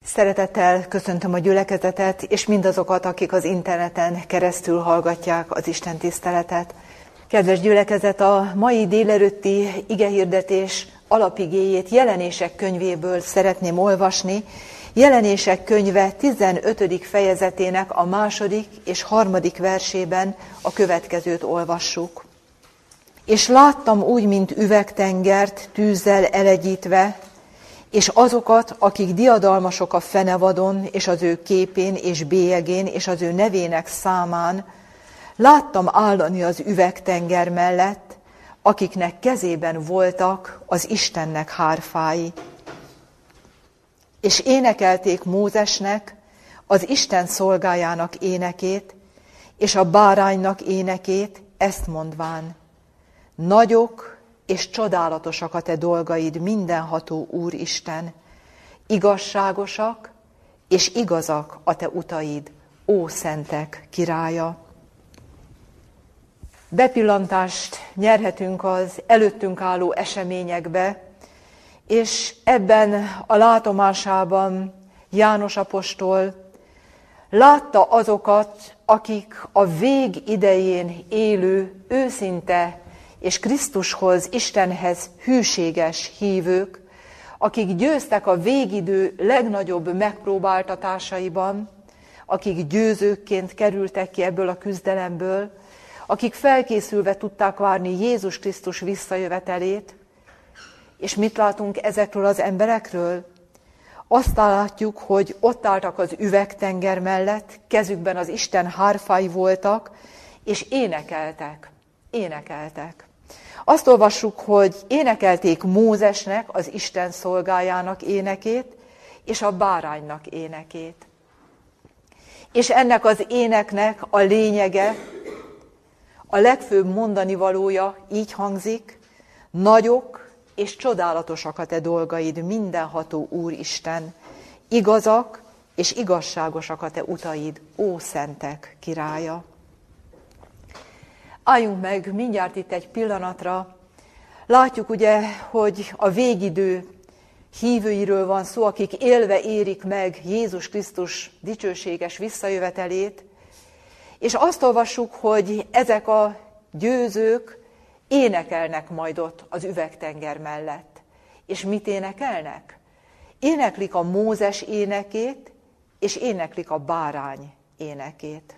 Szeretettel köszöntöm a gyülekezetet, és mindazokat, akik az interneten keresztül hallgatják az Isten tiszteletet. Kedves gyülekezet, a mai délelőtti igehirdetés alapigéjét Jelenések könyvéből szeretném olvasni. Jelenések könyve 15. fejezetének a 2. és 3. versében a következőt olvassuk. És láttam úgy, mint üvegtengert tűzzel elegyítve, és azokat, akik diadalmasok a fenevadon, és az ő képén, és bélyegén, és az ő nevének számán, láttam állani az üvegtenger mellett, akiknek kezében voltak az Istennek hárfái. És énekelték Mózesnek, az Isten szolgájának énekét, és a báránynak énekét, ezt mondván: nagyok és csodálatosak a te dolgaid, mindenható Úristen, igazságosak és igazak a te utaid, ó szentek királya. Bepillantást nyerhetünk az előttünk álló eseményekbe, és ebben a látomásában János apostol látta azokat, akik a vég idején élő, őszinte és Krisztushoz, Istenhez hűséges hívők, akik győztek a végidő legnagyobb megpróbáltatásaiban, akik győzőkként kerültek ki ebből a küzdelemből, akik felkészülve tudták várni Jézus Krisztus visszajövetelét. És mit látunk ezekről az emberekről? Azt látjuk, hogy ott álltak az üvegtenger mellett, kezükben az Isten hárfái voltak, és énekeltek. Azt olvassuk, hogy énekelték Mózesnek, az Isten szolgájának énekét, és a báránynak énekét. És ennek az éneknek a lényege, a legfőbb mondani valója így hangzik: nagyok és csodálatosak a te dolgaid, mindenható Úristen, igazak és igazságosak a te utaid, ó szentek királya. Álljunk meg mindjárt itt egy pillanatra. Látjuk ugye, hogy a végidő hívőiről van szó, akik élve érik meg Jézus Krisztus dicsőséges visszajövetelét, és azt olvassuk, hogy ezek a győzők énekelnek majd ott az üvegtenger mellett. És mit énekelnek? Éneklik a Mózes énekét, és éneklik a bárány énekét.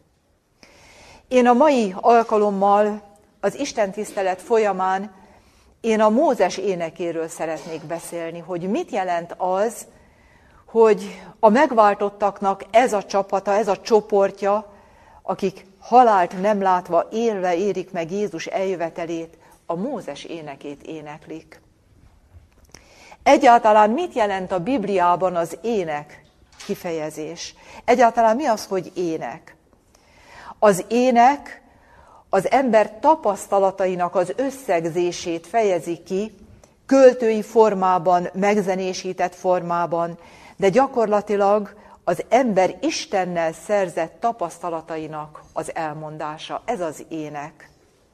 Én a mai alkalommal az istentisztelet folyamán én a Mózes énekéről szeretnék beszélni, hogy mit jelent az, hogy a megváltottaknak ez a csapata, ez a csoportja, akik halált nem látva élve érik meg Jézus eljövetelét, a Mózes énekét éneklik. Egyáltalán mit jelent a Bibliában az ének kifejezés? Egyáltalán mi az, hogy ének? Az ének az ember tapasztalatainak az összegzését fejezi ki, költői formában, megzenésített formában, de gyakorlatilag az ember Istennel szerzett tapasztalatainak az elmondása. Ez az ének.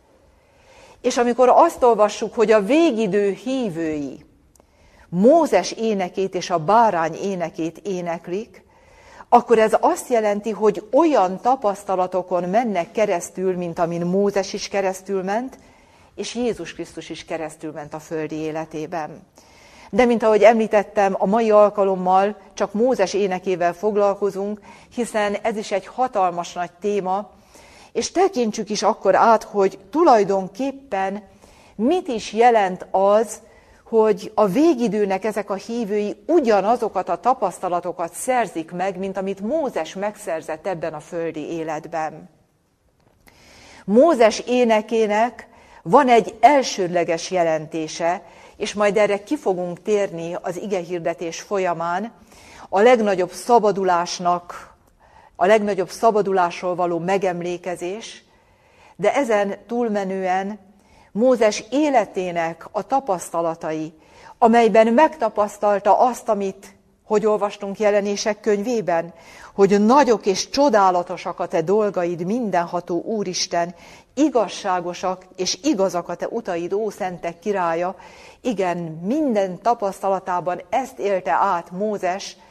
És amikor azt olvassuk, hogy a végidő hívői Mózes énekét és a bárány énekét éneklik, akkor ez azt jelenti, hogy olyan tapasztalatokon mennek keresztül, mint amin Mózes is keresztül ment, és Jézus Krisztus is keresztül ment a földi életében. De mint ahogy említettem, a mai alkalommal csak Mózes énekével foglalkozunk, hiszen ez is egy hatalmas nagy téma, és tekintsük is akkor át, hogy tulajdonképpen mit is jelent az, hogy a végidőnek ezek a hívői ugyanazokat a tapasztalatokat szerzik meg, mint amit Mózes megszerzett ebben a földi életben. Mózes énekének van egy elsődleges jelentése, és majd erre ki fogunk térni az igehirdetés folyamán, a legnagyobb szabadulásról való megemlékezés, de ezen túlmenően Mózes életének a tapasztalatai, amelyben megtapasztalta azt, amit, hogy olvastunk Jelenések könyvében, hogy nagyok és csodálatosak a te dolgaid, mindenható Úristen, igazságosak és igazak a te utaid, ó szentek királya. Igen, minden tapasztalatában ezt élte át Mózes,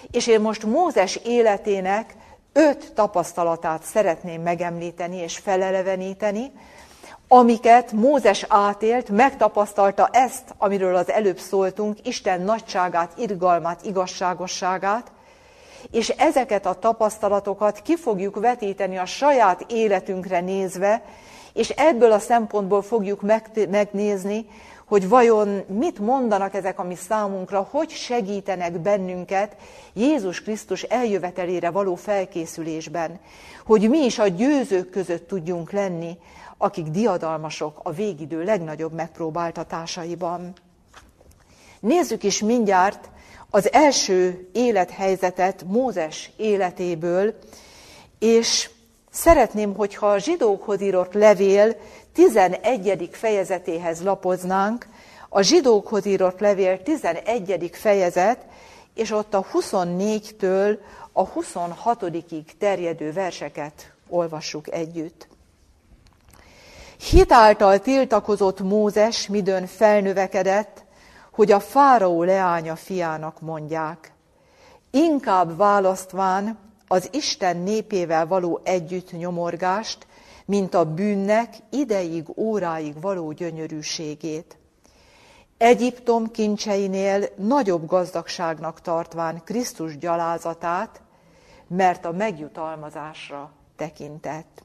És én most Mózes életének 5 tapasztalatát szeretném megemlíteni és feleleveníteni, amiket Mózes átélt, megtapasztalta ezt, amiről az előbb szóltunk, Isten nagyságát, irgalmát, igazságosságát, és ezeket a tapasztalatokat ki fogjuk vetíteni a saját életünkre nézve, és ebből a szempontból fogjuk megnézni, hogy vajon mit mondanak ezek a mi számunkra, hogy segítenek bennünket Jézus Krisztus eljövetelére való felkészülésben, hogy mi is a győzők között tudjunk lenni, akik diadalmasok a végidő legnagyobb megpróbáltatásaiban. Nézzük is mindjárt az első élethelyzetet Mózes életéből, és szeretném, hogyha a zsidókhoz írott levél 11. fejezetéhez lapoznánk, a zsidókhoz írott levél 11. fejezet, és ott a 24-től a 26-ig terjedő verseket olvassuk együtt. Hit által tiltakozott Mózes, midőn felnövekedett, hogy a fáraó leánya fiának mondják. Inkább választván az Isten népével való együttnyomorgást, mint a bűnnek ideig, óráig való gyönyörűségét. Egyiptom kincseinél nagyobb gazdagságnak tartván Krisztus gyalázatát, mert a megjutalmazásra tekintett.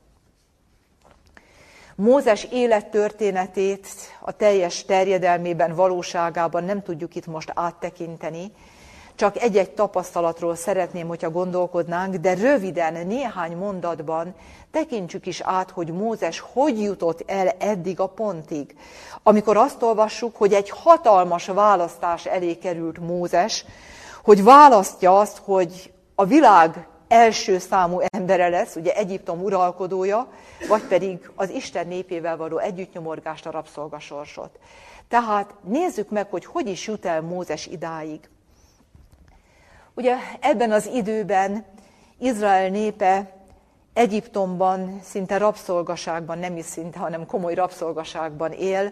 Mózes élettörténetét a teljes terjedelmében, valóságában nem tudjuk itt most áttekinteni, csak egy-egy tapasztalatról szeretném, hogyha gondolkodnánk, de röviden, néhány mondatban tekintsük is át, hogy Mózes hogy jutott el eddig a pontig. Amikor azt olvassuk, hogy egy hatalmas választás elé került Mózes, hogy választja azt, hogy a világ első számú embere lesz, ugye Egyiptom uralkodója, vagy pedig az Isten népével való együttnyomorgást, a rabszolgasorsot. Tehát nézzük meg, hogy hogy is jut el Mózes idáig. Ugye ebben az időben Izrael népe Egyiptomban szinte rabszolgaságban, nem is szinte, hanem komoly rabszolgaságban él,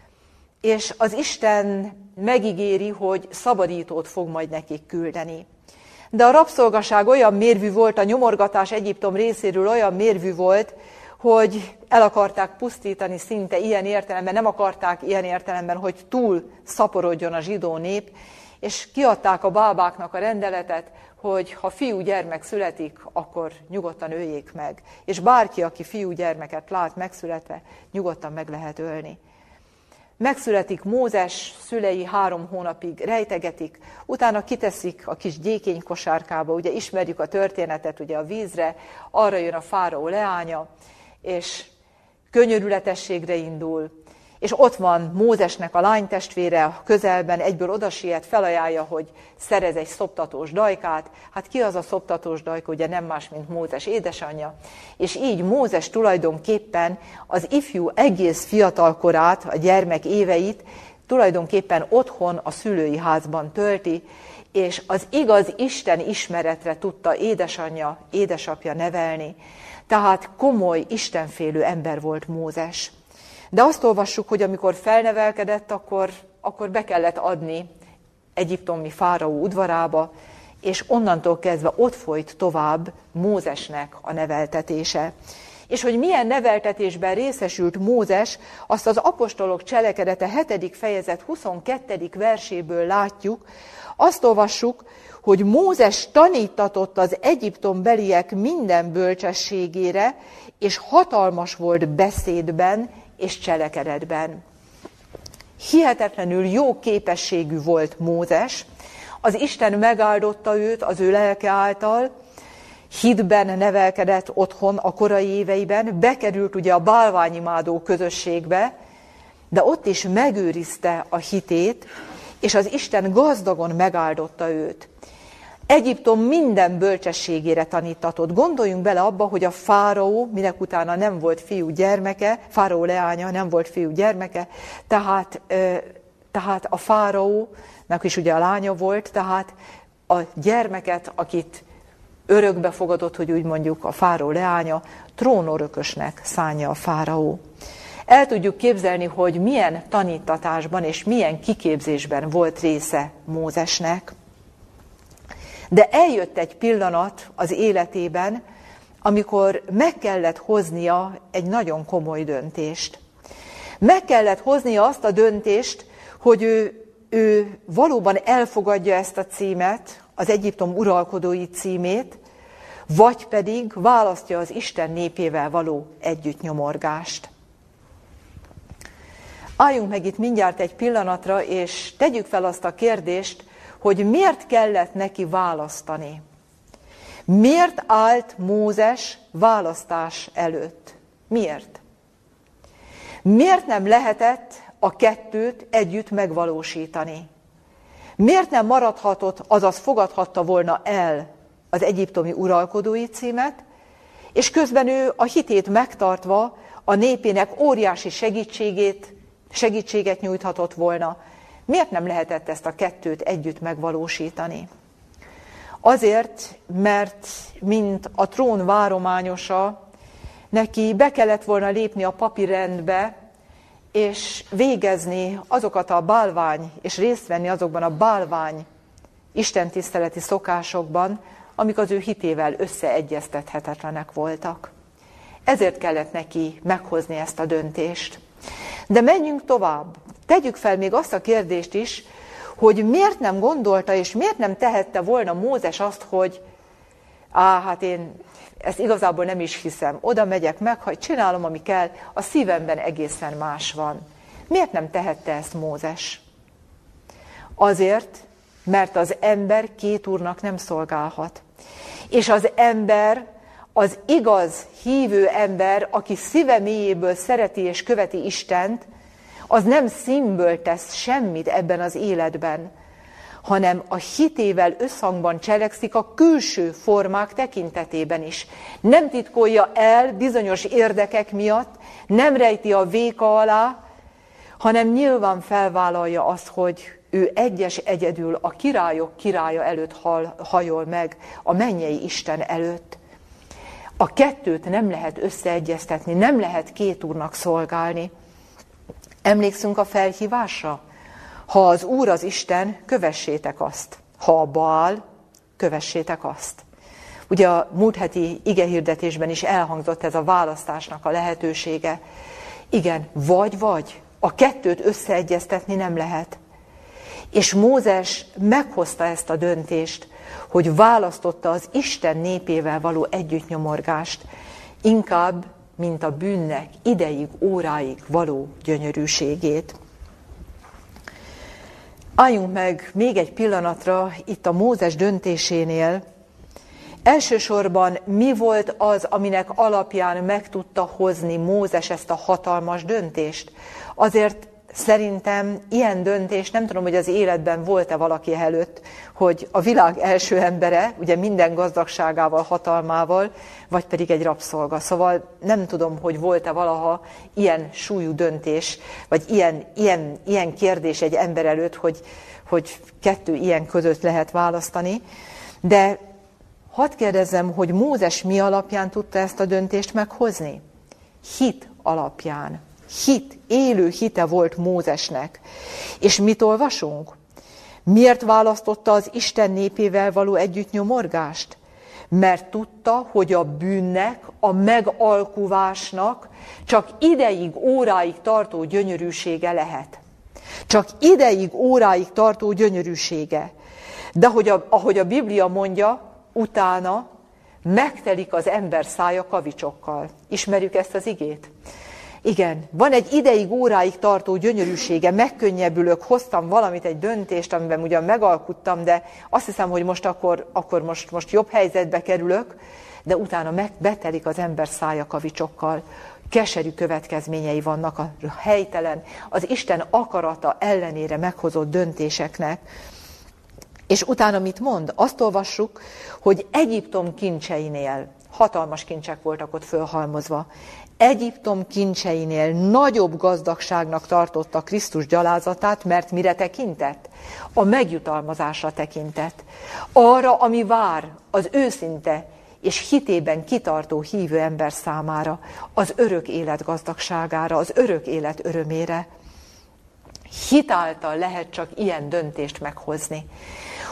és az Isten megígéri, hogy szabadítót fog majd nekik küldeni. De a rabszolgaság olyan mérvű volt, a nyomorgatás Egyiptom részéről olyan mérvű volt, hogy el akarták pusztítani szinte ilyen értelemben, nem akarták ilyen értelemben, hogy túl szaporodjon a zsidó nép, és kiadták a bábáknak a rendeletet, hogy ha fiúgyermek születik, akkor nyugodtan öljék meg. És bárki, aki fiúgyermeket lát megszületve, nyugodtan meg lehet ölni. Megszületik Mózes, szülei 3 hónapig rejtegetik, utána kiteszik a kis gyékény kosárkába, ugye ismerjük a történetet, ugye a vízre, arra jön a fáraó leánya, és könyörületességre indul, és ott van Mózesnek a lánytestvére a közelben, egyből odasiet, felajánlja, hogy szerez egy szoptatós dajkát. Hát ki az a szoptatós dajka, ugye nem más, mint Mózes édesanyja. És így Mózes tulajdonképpen az ifjú egész fiatal korát, a gyermek éveit tulajdonképpen otthon a szülői házban tölti, és az igaz Isten ismeretre tudta édesanyja, édesapja nevelni. Tehát komoly, istenfélő ember volt Mózes. De azt olvassuk, hogy amikor felnevelkedett, akkor be kellett adni egyiptomi fáraó udvarába, és onnantól kezdve ott folyt tovább Mózesnek a neveltetése. És hogy milyen neveltetésben részesült Mózes, azt az apostolok cselekedete 7. fejezet 22. verséből látjuk. Azt olvassuk, hogy Mózes tanítatott az egyiptombeliek minden bölcsességére, és hatalmas volt beszédben és cselekedetben. Hihetetlenül jó képességű volt Mózes, az Isten megáldotta őt az ő lelke által, hitben nevelkedett otthon a korai éveiben, bekerült ugye a bálványimádó közösségbe, de ott is megőrizte a hitét, és az Isten gazdagon megáldotta őt. Egyiptom minden bölcsességére tanítatott. Gondoljunk bele abba, hogy a fáraó, minek utána nem volt fiú gyermeke, fáraó leánya nem volt fiú gyermeke, tehát a fáraónak is ugye a lánya volt, tehát a gyermeket, akit örökbe fogadott, hogy úgy mondjuk a fáraó leánya, trónörökösnek szánja a fáraó. El tudjuk képzelni, hogy milyen tanítatásban és milyen kiképzésben volt része Mózesnek. De eljött egy pillanat az életében, amikor meg kellett hoznia egy nagyon komoly döntést. Meg kellett hoznia azt a döntést, hogy ő valóban elfogadja ezt a címet, az Egyiptom uralkodói címét, vagy pedig választja az Isten népével való együttnyomorgást. Álljunk meg itt mindjárt egy pillanatra, és tegyük fel azt a kérdést, hogy miért kellett neki választani. Miért állt Mózes választás előtt? Miért? Miért nem lehetett a kettőt együtt megvalósítani? Miért nem maradhatott, azaz fogadhatta volna el az egyiptomi uralkodói címet, és közben ő a hitét megtartva a népének óriási segítséget nyújthatott volna? Miért nem lehetett ezt a kettőt együtt megvalósítani? Azért, mert mint a trón várományosa, neki be kellett volna lépni a papi rendbe, és végezni azokat a bálvány, és részt venni azokban a bálvány istentiszteleti szokásokban, amik az ő hitével összeegyeztethetetlenek voltak. Ezért kellett neki meghozni ezt a döntést. De menjünk tovább. Tegyük fel még azt a kérdést is, hogy miért nem gondolta, és miért nem tehette volna Mózes azt, hogy hát én ezt igazából nem is hiszem, oda megyek meg, ha csinálom, ami kell, a szívemben egészen más van. Miért nem tehette ezt Mózes? Azért, mert az ember két úrnak nem szolgálhat. És az ember, az igaz, hívő ember, aki szíve mélyéből szereti és követi Istent, az nem színből tesz semmit ebben az életben, hanem a hitével összhangban cselekszik a külső formák tekintetében is. Nem titkolja el bizonyos érdekek miatt, nem rejti a véka alá, hanem nyilván felvállalja azt, hogy ő egyedül a királyok királya előtt hajol meg, a mennyei Isten előtt. A kettőt nem lehet összeegyeztetni, nem lehet két úrnak szolgálni. Emlékszünk a felhívásra? Ha az Úr az Isten, kövessétek azt. Ha a Baál, kövessétek azt. Ugye a múlt heti igehirdetésben is elhangzott ez a választásnak a lehetősége. Igen, vagy. A kettőt összeegyeztetni nem lehet. És Mózes meghozta ezt a döntést, hogy választotta az Isten népével való együttnyomorgást, inkább, mint a bűnnek ideig, óráig való gyönyörűségét. Álljunk meg még egy pillanatra itt a Mózes döntésénél. Elsősorban mi volt az, aminek alapján meg tudta hozni Mózes ezt a hatalmas döntést? Azért szerintem ilyen döntés, nem tudom, hogy az életben volt-e valaki előtt, hogy a világ első embere, ugye minden gazdagságával, hatalmával, vagy pedig egy rabszolga. Szóval nem tudom, hogy volt-e valaha ilyen súlyú döntés, vagy ilyen kérdés egy ember előtt, hogy kettő ilyen között lehet választani. De hadd kérdezzem, hogy Mózes mi alapján tudta ezt a döntést meghozni? Hit alapján. Hit, élő hite volt Mózesnek. És mit olvasunk? Miért választotta az Isten népével való együttnyomorgást? Mert tudta, hogy a bűnnek, a megalkuvásnak csak ideig, óráig tartó gyönyörűsége lehet. Csak ideig, óráig tartó gyönyörűsége. De ahogy a Biblia mondja, utána megtelik az ember szája kavicsokkal. Ismerjük ezt az igét? Igen, van egy ideig, óráig tartó gyönyörűsége, megkönnyebbülök, hoztam valamit, egy döntést, amiben ugyan megalkuttam, de azt hiszem, hogy most akkor most jobb helyzetbe kerülök, de utána betelik az ember szája kavicsokkal. Keserű következményei vannak a helytelen, az Isten akarata ellenére meghozott döntéseknek. És utána mit mond? Azt olvassuk, hogy Egyiptom kincseinél, hatalmas kincsek voltak ott fölhalmozva, Egyiptom kincseinél nagyobb gazdagságnak tartotta Krisztus gyalázatát, mert mire tekintett? A megjutalmazásra tekintett. Arra, ami vár az őszinte és hitében kitartó hívő ember számára, az örök élet gazdagságára, az örök élet örömére. Hit által lehet csak ilyen döntést meghozni.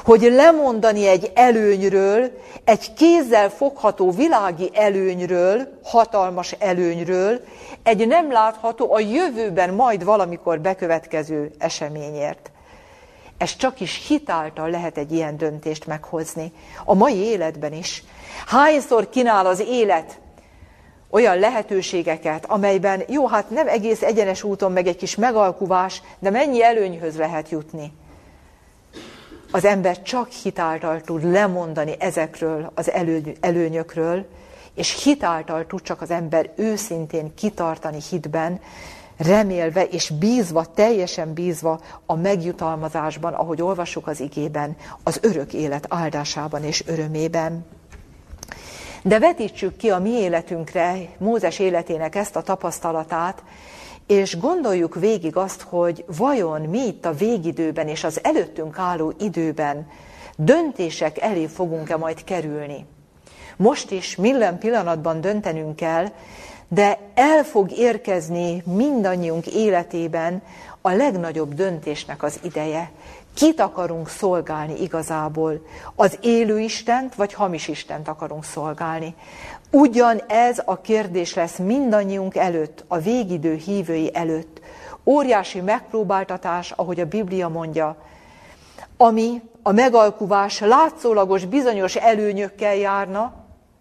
hogy lemondani egy előnyről, egy kézzel fogható világi előnyről, hatalmas előnyről, egy nem látható, a jövőben majd valamikor bekövetkező eseményért. Ez csak is hitáltal lehet egy ilyen döntést meghozni. A mai életben is. Hányszor kínál az élet olyan lehetőségeket, amelyben jó, hát nem egész egyenes úton, meg egy kis megalkuvás, de mennyi előnyhöz lehet jutni. Az ember csak hitáltal tud lemondani ezekről az előnyökről, és hitáltal tud csak az ember őszintén kitartani hitben, remélve és bízva, teljesen bízva a megjutalmazásban, ahogy olvassuk az igében, az örök élet áldásában és örömében. De vetítsük ki a mi életünkre, Mózes életének ezt a tapasztalatát, és gondoljuk végig azt, hogy vajon mi itt a végidőben és az előttünk álló időben döntések elé fogunk-e majd kerülni. Most is minden pillanatban döntenünk kell, de el fog érkezni mindannyiunk életében a legnagyobb döntésnek az ideje. Kit akarunk szolgálni igazából? Az élő Istent, vagy hamis Istent akarunk szolgálni? Ugyanez a kérdés lesz mindannyiunk előtt, a végidő hívői előtt. Óriási megpróbáltatás, ahogy a Biblia mondja, ami a megalkuvás látszólagos bizonyos előnyökkel járna,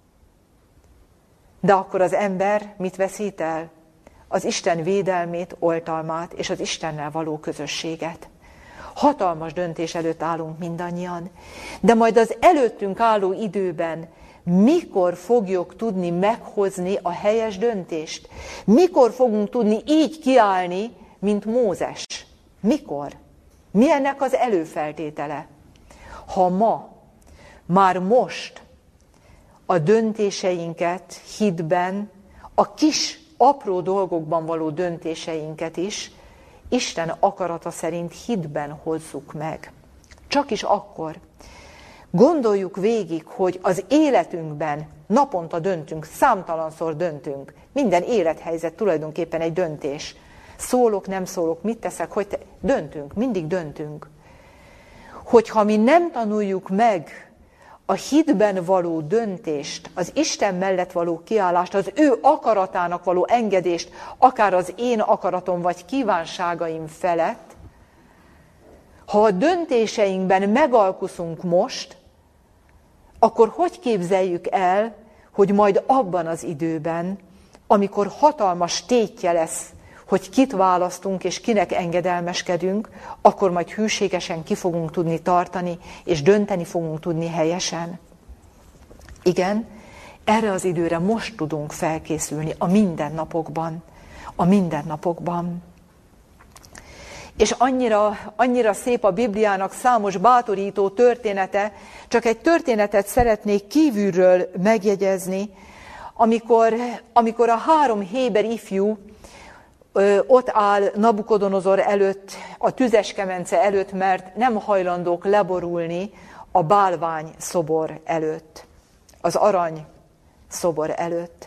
de akkor az ember mit veszít el? Az Isten védelmét, oltalmát és az Istennel való közösséget. Hatalmas döntés előtt állunk mindannyian, de majd az előttünk álló időben mikor fogjuk tudni meghozni a helyes döntést? Mikor fogunk tudni így kiállni, mint Mózes? Mikor? Mi ennek az előfeltétele? Ha ma, már most a döntéseinket hitben, a kis, apró dolgokban való döntéseinket is Isten akarata szerint hitben hozzuk meg. Csak is akkor. Gondoljuk végig, hogy az életünkben naponta döntünk, számtalanszor döntünk. Minden élethelyzet tulajdonképpen egy döntés. Szólok, nem szólok, mit teszek, hogy döntünk, mindig döntünk. Hogyha mi nem tanuljuk meg a hitben való döntést, az Isten mellett való kiállást, az ő akaratának való engedést, akár az én akaratom vagy kívánságaim felett, ha a döntéseinkben megalkuszunk most, akkor hogy képzeljük el, hogy majd abban az időben, amikor hatalmas tétje lesz, hogy kit választunk és kinek engedelmeskedünk, akkor majd hűségesen ki fogunk tudni tartani, és dönteni fogunk tudni helyesen. Igen, erre az időre most tudunk felkészülni a mindennapokban. A mindennapokban. És annyira szép a Bibliának számos bátorító története, csak egy történetet szeretnék kívülről megjegyezni, amikor a 3 héber ifjú ott áll Nabukodonozor előtt, a tüzes kemence előtt, mert nem hajlandók leborulni a bálvány szobor előtt, az arany szobor előtt.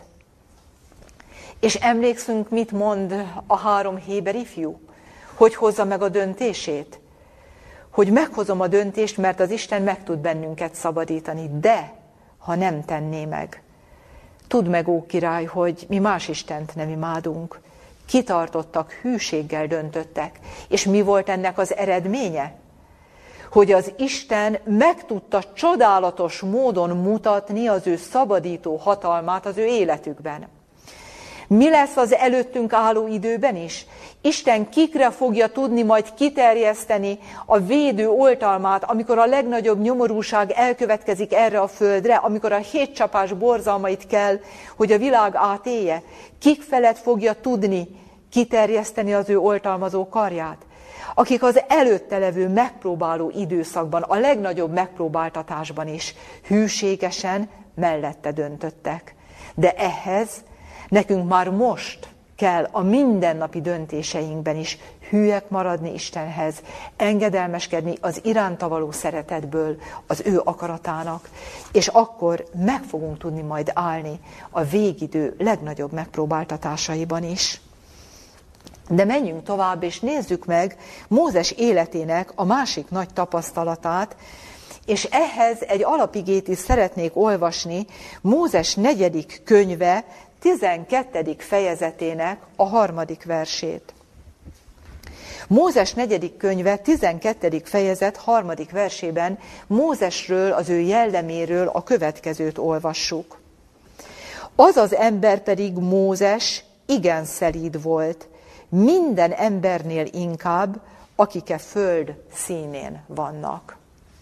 És emlékszünk, mit mond a 3 héber ifjú? Hogy hozza meg a döntését? Hogy meghozom a döntést, mert az Isten meg tud bennünket szabadítani, de ha nem tenné meg. Tudd meg, ó király, hogy mi más Istent nem imádunk. Kitartottak, hűséggel döntöttek. És mi volt ennek az eredménye? Hogy az Isten meg tudta csodálatos módon mutatni az ő szabadító hatalmát az ő életükben. Mi lesz az előttünk álló időben is? Isten kikre fogja tudni majd kiterjeszteni a védő oltalmát, amikor a legnagyobb nyomorúság elkövetkezik erre a földre, amikor a 7 csapás borzalmait kell, hogy a világ átélje? Kik felett fogja tudni kiterjeszteni az ő oltalmazó karját? Akik az előtte levő megpróbáló időszakban, a legnagyobb megpróbáltatásban is hűségesen mellette döntöttek. De ehhez nekünk már most kell a mindennapi döntéseinkben is hűek maradni Istenhez, engedelmeskedni az iránta való szeretetből az ő akaratának, és akkor meg fogunk tudni majd állni a végidő legnagyobb megpróbáltatásaiban is. De menjünk tovább, és nézzük meg Mózes életének a másik nagy tapasztalatát, És ehhez egy alapigét is szeretnék olvasni, Mózes 4. könyve 12. fejezetének a 3. versét. Mózes 4. könyve 12. fejezet 3. versében Mózesről, az ő jelleméről a következőt olvassuk. Az az ember pedig Mózes igen szelíd volt, minden embernél inkább, akik a föld színén vannak.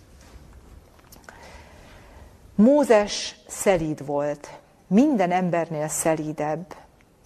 Mózes szelíd volt, minden embernél szelídebb.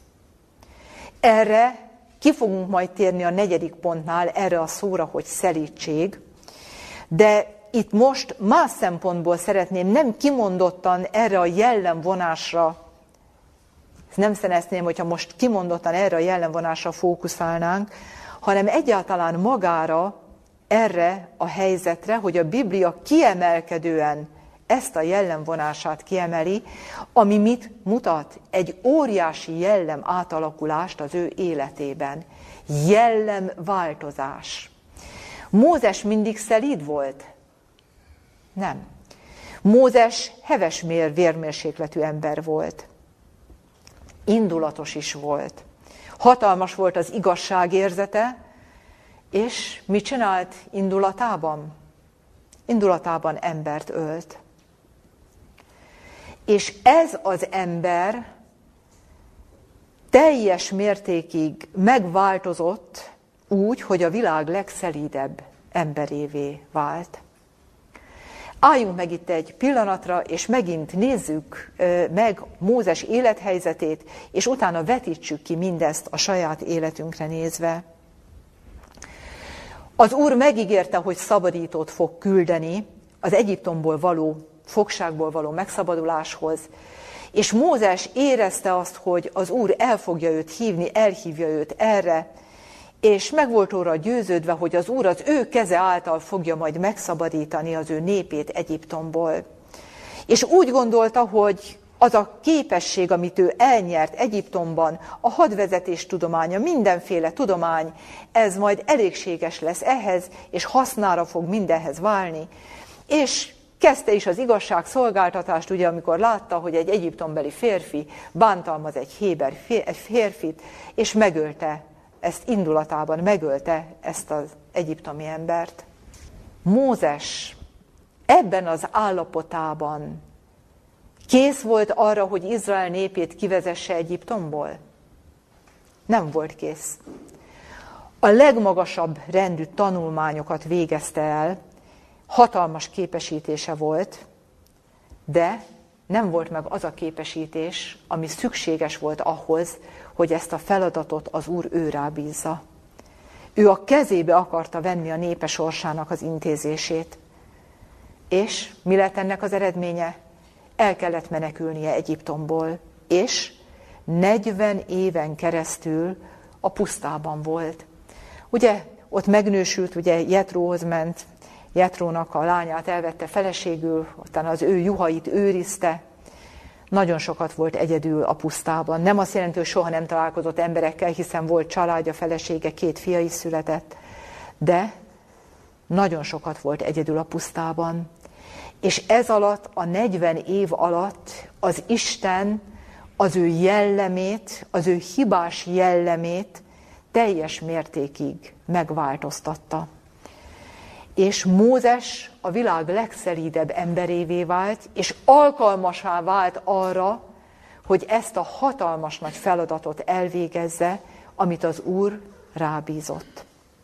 Erre ki fogunk majd térni a 4. pontnál, erre a szóra, hogy szelídség, de itt most más szempontból szeretném, nem kimondottan erre a jellemvonásra, nem szeretném, hogyha most kimondottan erre a jellemvonásra fókuszálnánk, hanem egyáltalán magára, erre a helyzetre, hogy a Biblia kiemelkedően ezt a jellemvonását kiemeli, ami mit mutat? Egy óriási jellem átalakulást az ő életében. Jellemváltozás. Mózes mindig szelíd volt? Nem. Mózes heves vérmérsékletű ember volt. Indulatos is volt. Hatalmas volt az igazságérzete, és mit csinált indulatában? Indulatában embert ölt. És ez az ember teljes mértékig megváltozott úgy, hogy a világ legszelídebb emberévé vált. Álljunk meg itt egy pillanatra, és megint nézzük meg Mózes élethelyzetét, és utána vetítsük ki mindezt a saját életünkre nézve. Az Úr megígérte, hogy szabadítót fog küldeni az Egyiptomból való, fogságból való megszabaduláshoz, és Mózes érezte azt, hogy az Úr el fogja őt hívni, elhívja őt erre, és meg volt róla győződve, hogy az Úr az ő keze által fogja majd megszabadítani az ő népét Egyiptomból. És úgy gondolta, hogy az a képesség, amit ő elnyert Egyiptomban, a hadvezetés tudománya, mindenféle tudomány, ez majd elégséges lesz ehhez, és hasznára fog mindenhez válni. És kezdte is az igazságszolgáltatást, ugye, amikor látta, hogy egy egyiptombeli férfi bántalmaz egy héber férfit, és megölte, ezt indulatában megölte ezt az egyiptomi embert. Mózes ebben az állapotában kész volt arra, hogy Izrael népét kivezesse Egyiptomból? Nem volt kész. A legmagasabb rendű tanulmányokat végezte el, hatalmas képesítése volt, de nem volt meg az a képesítés, ami szükséges volt ahhoz, hogy ezt a feladatot az Úr ő rábízza. Ő a kezébe akarta venni a népe sorsának az intézését. És mi lett ennek az eredménye? El kellett menekülnie Egyiptomból, és 40 éven keresztül a pusztában volt. Ugye ott megnősült, ugye Jetróhoz ment, Jetrónak a lányát elvette feleségül, utána az ő juhait őrizte. Nagyon sokat volt egyedül a pusztában. Nem azt jelenti, hogy soha nem találkozott emberekkel, hiszen volt családja, felesége, 2 fia is született, de nagyon sokat volt egyedül a pusztában. És ez alatt, a 40 év alatt az Isten az ő jellemét, az ő hibás jellemét teljes mértékig megváltoztatta. És Mózes a világ legszelídebb emberévé vált, és alkalmassá vált arra, hogy ezt a hatalmas nagy feladatot elvégezze, amit az Úr rábízott.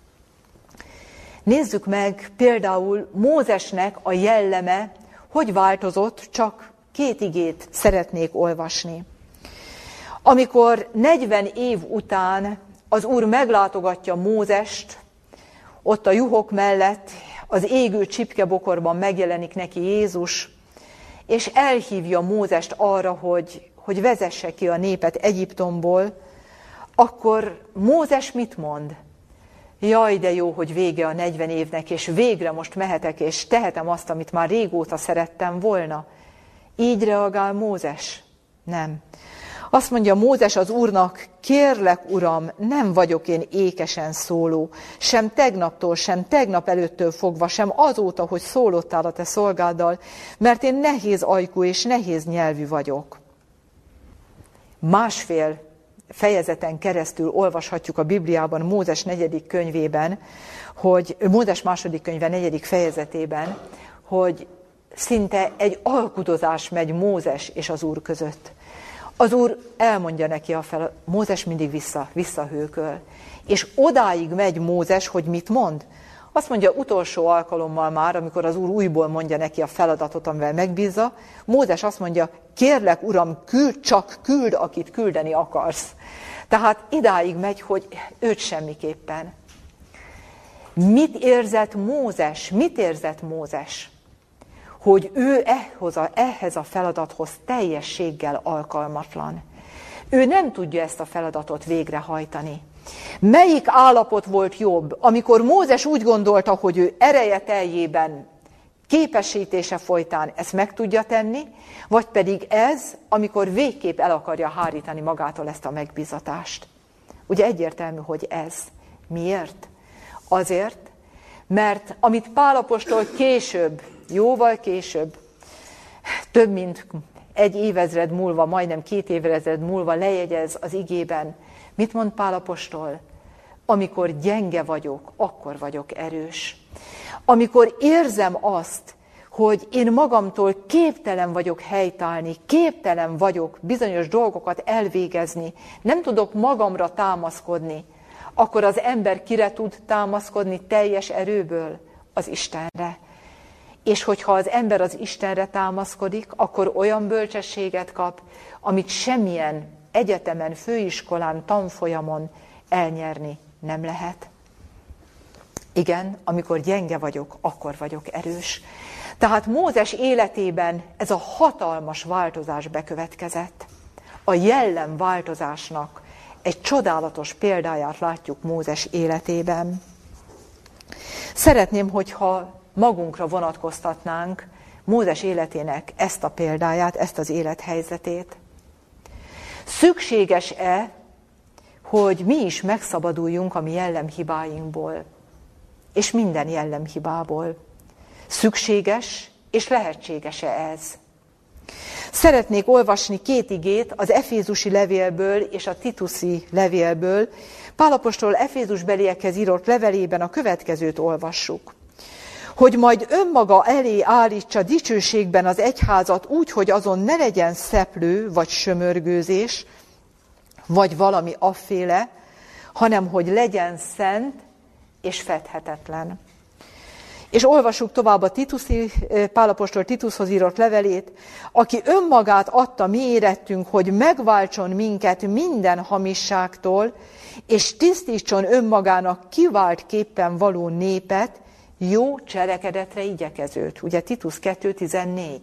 Nézzük meg például Mózesnek a jelleme, hogy változott, csak 2 igét szeretnék olvasni. Amikor 40 év után az Úr meglátogatja Mózest, ott a juhok mellett az égő csipkebokorban megjelenik neki Jézus, és elhívja Mózest arra, hogy vezesse ki a népet Egyiptomból, akkor Mózes mit mond? Jaj, de jó, hogy vége a 40 évnek, és végre most mehetek, és tehetem azt, amit már régóta szerettem volna. Így reagál Mózes? Nem. Azt mondja Mózes az Úrnak, kérlek, Uram, nem vagyok én ékesen szóló, sem tegnaptól, sem tegnap előttől fogva, sem azóta, hogy szólottál a te szolgáddal, mert én nehéz ajkú és nehéz nyelvű vagyok. Másfél fejezeten keresztül olvashatjuk a Bibliában, Mózes 4. könyvében, hogy Mózes 2. könyve 4. fejezetében, hogy szinte egy alkudozás megy Mózes és az Úr között. Az Úr elmondja neki Mózes mindig visszahőköl. És odáig megy Mózes, hogy mit mond? Azt mondja utolsó alkalommal már, amikor az Úr újból mondja neki a feladatot, amivel megbízza, Mózes azt mondja, kérlek, Uram, küld, akit küldeni akarsz. Tehát idáig megy, hogy őt semmiképpen. Mit érzett Mózes? Hogy ő ehhez a feladathoz teljességgel alkalmatlan. Ő nem tudja ezt a feladatot végrehajtani. Melyik állapot volt jobb, amikor Mózes úgy gondolta, hogy ő ereje teljében, képesítése folytán ezt meg tudja tenni, vagy pedig ez, amikor végképp el akarja hárítani magától ezt a megbízatást. Ugye egyértelmű, hogy ez. Miért? Azért, mert amit Pál apostol jóval később, több mint 1 évezred múlva, majdnem 2 évezred múlva lejegyez az igében. Mit mond Pál apostol? Amikor gyenge vagyok, akkor vagyok erős. Amikor érzem azt, hogy én magamtól képtelen vagyok helytállni, képtelen vagyok bizonyos dolgokat elvégezni, nem tudok magamra támaszkodni, akkor az ember kire tud támaszkodni teljes erőből? Az Istenre. És hogyha az ember az Istenre támaszkodik, akkor olyan bölcsességet kap, amit semmilyen egyetemen, főiskolán, tanfolyamon elnyerni nem lehet. Igen, amikor gyenge vagyok, akkor vagyok erős. Tehát Mózes életében ez a hatalmas változás bekövetkezett. A jellemváltozásnak egy csodálatos példáját látjuk Mózes életében. Szeretném, hogyha magunkra vonatkoztatnánk Mózes életének ezt a példáját, ezt az élethelyzetét. Szükséges-e, hogy mi is megszabaduljunk a mi jellemhibáinkból, és minden jellemhibából? Szükséges és lehetséges-e ez? Szeretnék olvasni 2 igét az Efézusi levélből és a Tituszi levélből. Pál apostol Efézusbeliekhez írott levelében a következőt olvassuk. Hogy majd önmaga elé állítsa dicsőségben az egyházat úgy, hogy azon ne legyen szeplő vagy sömörgőzés, vagy valami afféle, hanem hogy legyen szent és fedhetetlen. És olvassuk tovább a Pál apostol Titushoz írott levelét, aki önmagát adta mi érettünk, hogy megváltson minket minden hamisságtól, és tisztítson önmagának kiváltképpen való népet, jó cselekedetre igyekezőt. Ugye Titus 2.14.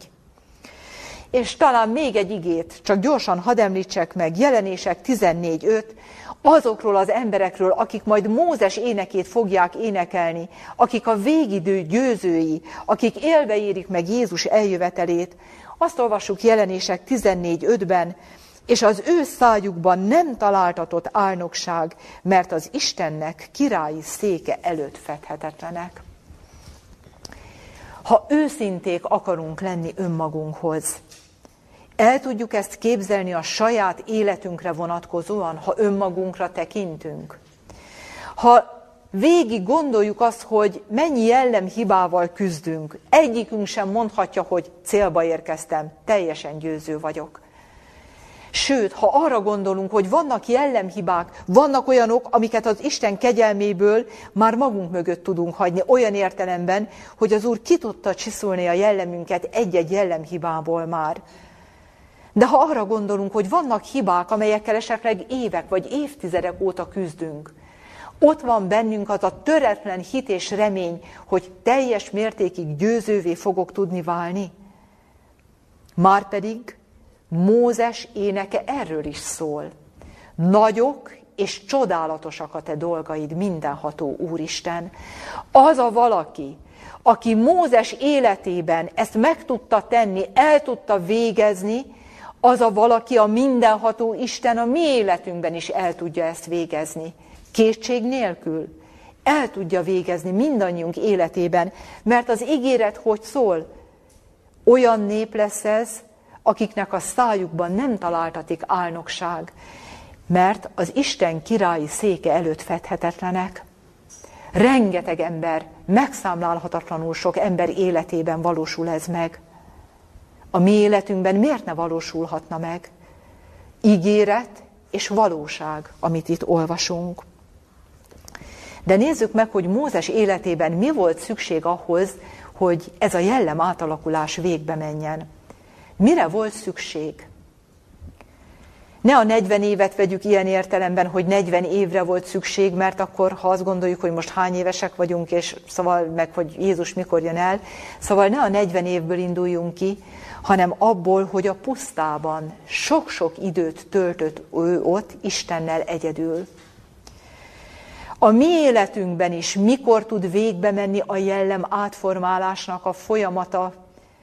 És talán még egy igét, csak gyorsan hadd említsek meg, Jelenések 14.5, azokról az emberekről, akik majd Mózes énekét fogják énekelni, akik a végidő győzői, akik élve érik meg Jézus eljövetelét. Azt olvassuk Jelenések 14.5-ben, és az ő szájukban nem találtatott álnokság, mert az Istennek királyi széke előtt fedhetetlenek. Ha őszinték akarunk lenni önmagunkhoz, el tudjuk ezt képzelni a saját életünkre vonatkozóan, ha önmagunkra tekintünk? Ha végig gondoljuk azt, hogy mennyi jellemhibával küzdünk, egyikünk sem mondhatja, hogy célba érkeztem, teljesen győző vagyok. Sőt, ha arra gondolunk, hogy vannak jellemhibák, vannak olyanok, amiket az Isten kegyelméből már magunk mögött tudunk hagyni, olyan értelemben, hogy az Úr ki tudta csiszolni a jellemünket egy-egy jellemhibából már. De ha arra gondolunk, hogy vannak hibák, amelyekkel esetleg évek vagy évtizedek óta küzdünk, ott van bennünk az a töretlen hit és remény, hogy teljes mértékig győzővé fogok tudni válni. Márpedig Mózes éneke erről is szól. Nagyok és csodálatosak a te dolgaid, mindenható Úristen. Az a valaki, aki Mózes életében ezt meg tudta tenni, el tudta végezni, Az a valaki, a mindenható Isten a mi életünkben is el tudja ezt végezni. Kétség nélkül el tudja végezni mindannyiunk életében, mert az ígéret hogy szól? Olyan nép lesz ez, akiknek a szájukban nem találtatik álnokság, mert az Isten királyi széke előtt fedhetetlenek. Rengeteg ember, megszámlálhatatlanul sok ember életében valósul ez meg. A mi életünkben miért ne valósulhatna meg? Ígéret és valóság, amit itt olvasunk. De nézzük meg, hogy Mózes életében mi volt szükség ahhoz, hogy ez a jellem átalakulás végbe menjen. Mire volt szükség? Ne a 40 évet vegyük ilyen értelemben, hogy 40 évre volt szükség, mert akkor, ha azt gondoljuk, hogy most hány évesek vagyunk, és szóval meg, hogy Jézus mikor jön el, szóval ne a 40 évből induljunk ki, hanem abból, hogy a pusztában sok-sok időt töltött ő ott Istennel egyedül. A mi életünkben is mikor tud végbe menni a jellem átformálásnak a folyamata?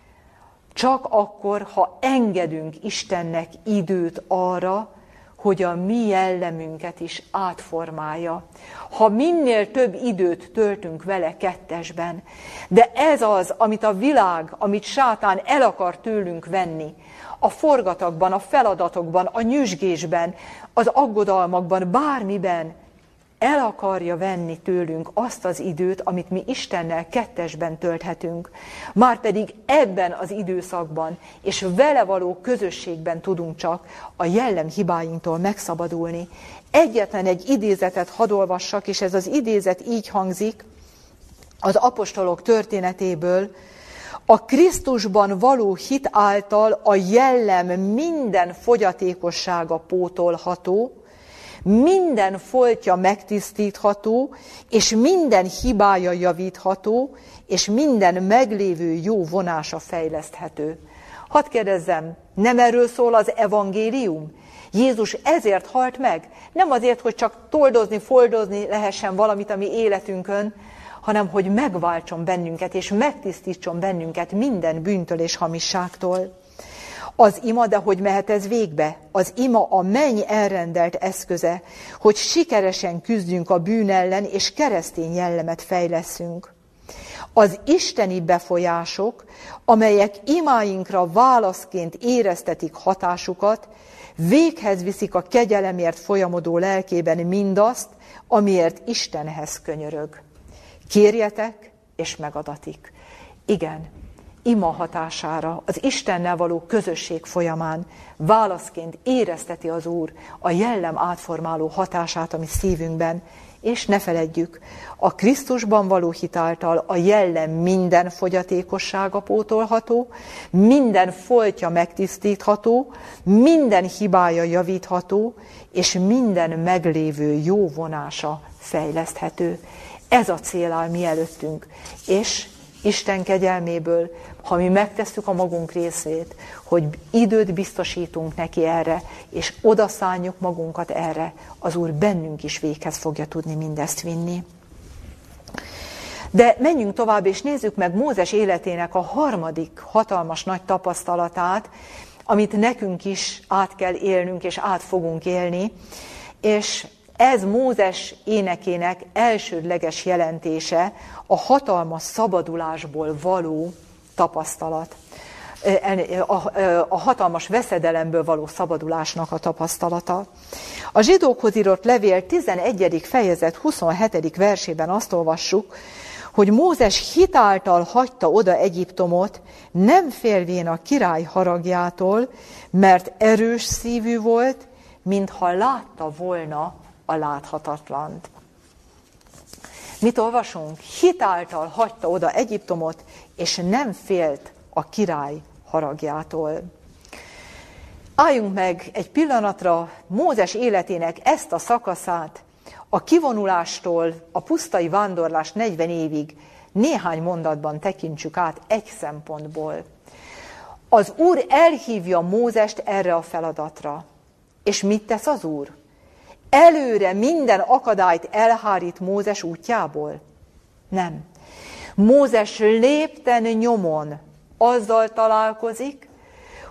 Csak akkor, ha engedünk Istennek időt arra, hogy a mi jellemünket is átformálja. Ha minél több időt töltünk vele kettesben, de ez az, amit a világ, amit sátán el akar tőlünk venni, a forgatagban, a feladatokban, a nyüzsgésben, az aggodalmakban, bármiben, el akarja venni tőlünk azt az időt, amit mi Istennel kettesben tölthetünk. Márpedig ebben az időszakban és vele való közösségben tudunk csak a jellem hibáinktól megszabadulni. Egyetlen egy idézetet hadd olvassak, és ez az idézet így hangzik az apostolok történetéből. A Krisztusban való hit által a jellem minden fogyatékossága pótolható, minden foltja megtisztítható, és minden hibája javítható, és minden meglévő jó vonása fejleszthető. Hadd kérdezzem, nem erről szól az evangélium? Jézus ezért halt meg? Nem azért, hogy csak toldozni, foldozni lehessen valamit a mi életünkön, hanem hogy megváltson bennünket, és megtisztítson bennünket minden bűntől és hamisságtól. Az ima, de hogy mehet ez végbe? Az ima a menny elrendelt eszköze, hogy sikeresen küzdjünk a bűn ellen, és keresztény jellemet fejleszünk. Az isteni befolyások, amelyek imáinkra válaszként éreztetik hatásukat, véghez viszik a kegyelemért folyamodó lelkében mindazt, amiért Istenhez könyörög. Kérjetek, és megadatik. Igen, ima hatására, az Istennel való közösség folyamán válaszként érezteti az Úr a jellem átformáló hatását a mi szívünkben, és ne feledjük, a Krisztusban való hit által a jellem minden fogyatékossága pótolható, minden foltja megtisztítható, minden hibája javítható, és minden meglévő jó vonása fejleszthető. Ez a cél áll mi előttünk, és Isten kegyelméből, ha mi megtesszük a magunk részét, hogy időt biztosítunk neki erre, és odaszánjuk magunkat erre, az Úr bennünk is véghez fogja tudni mindezt vinni. De menjünk tovább, és nézzük meg Mózes életének a harmadik hatalmas nagy tapasztalatát, amit nekünk is át kell élnünk, és át fogunk élni, és ez Mózes énekének elsődleges jelentése, a hatalmas szabadulásból való tapasztalat, a hatalmas veszedelemből való szabadulásnak a tapasztalata. A zsidókhoz írott levél 11. fejezet 27. versében azt olvassuk, hogy Mózes hitáltal hagyta oda Egyiptomot, nem félvén a király haragjától, mert erős szívű volt, mintha látta volna a láthatatlant. Mit olvasunk? Hitáltal hagyta oda Egyiptomot, és nem félt a király haragjától. Álljunk meg egy pillanatra Mózes életének ezt a szakaszát, a kivonulástól a pusztai vándorlás 40 évig néhány mondatban tekintsük át egy szempontból. Az Úr elhívja Mózest erre a feladatra. És mit tesz az Úr? Előre minden akadályt elhárít Mózes útjából? Nem. Mózes lépten nyomon azzal találkozik,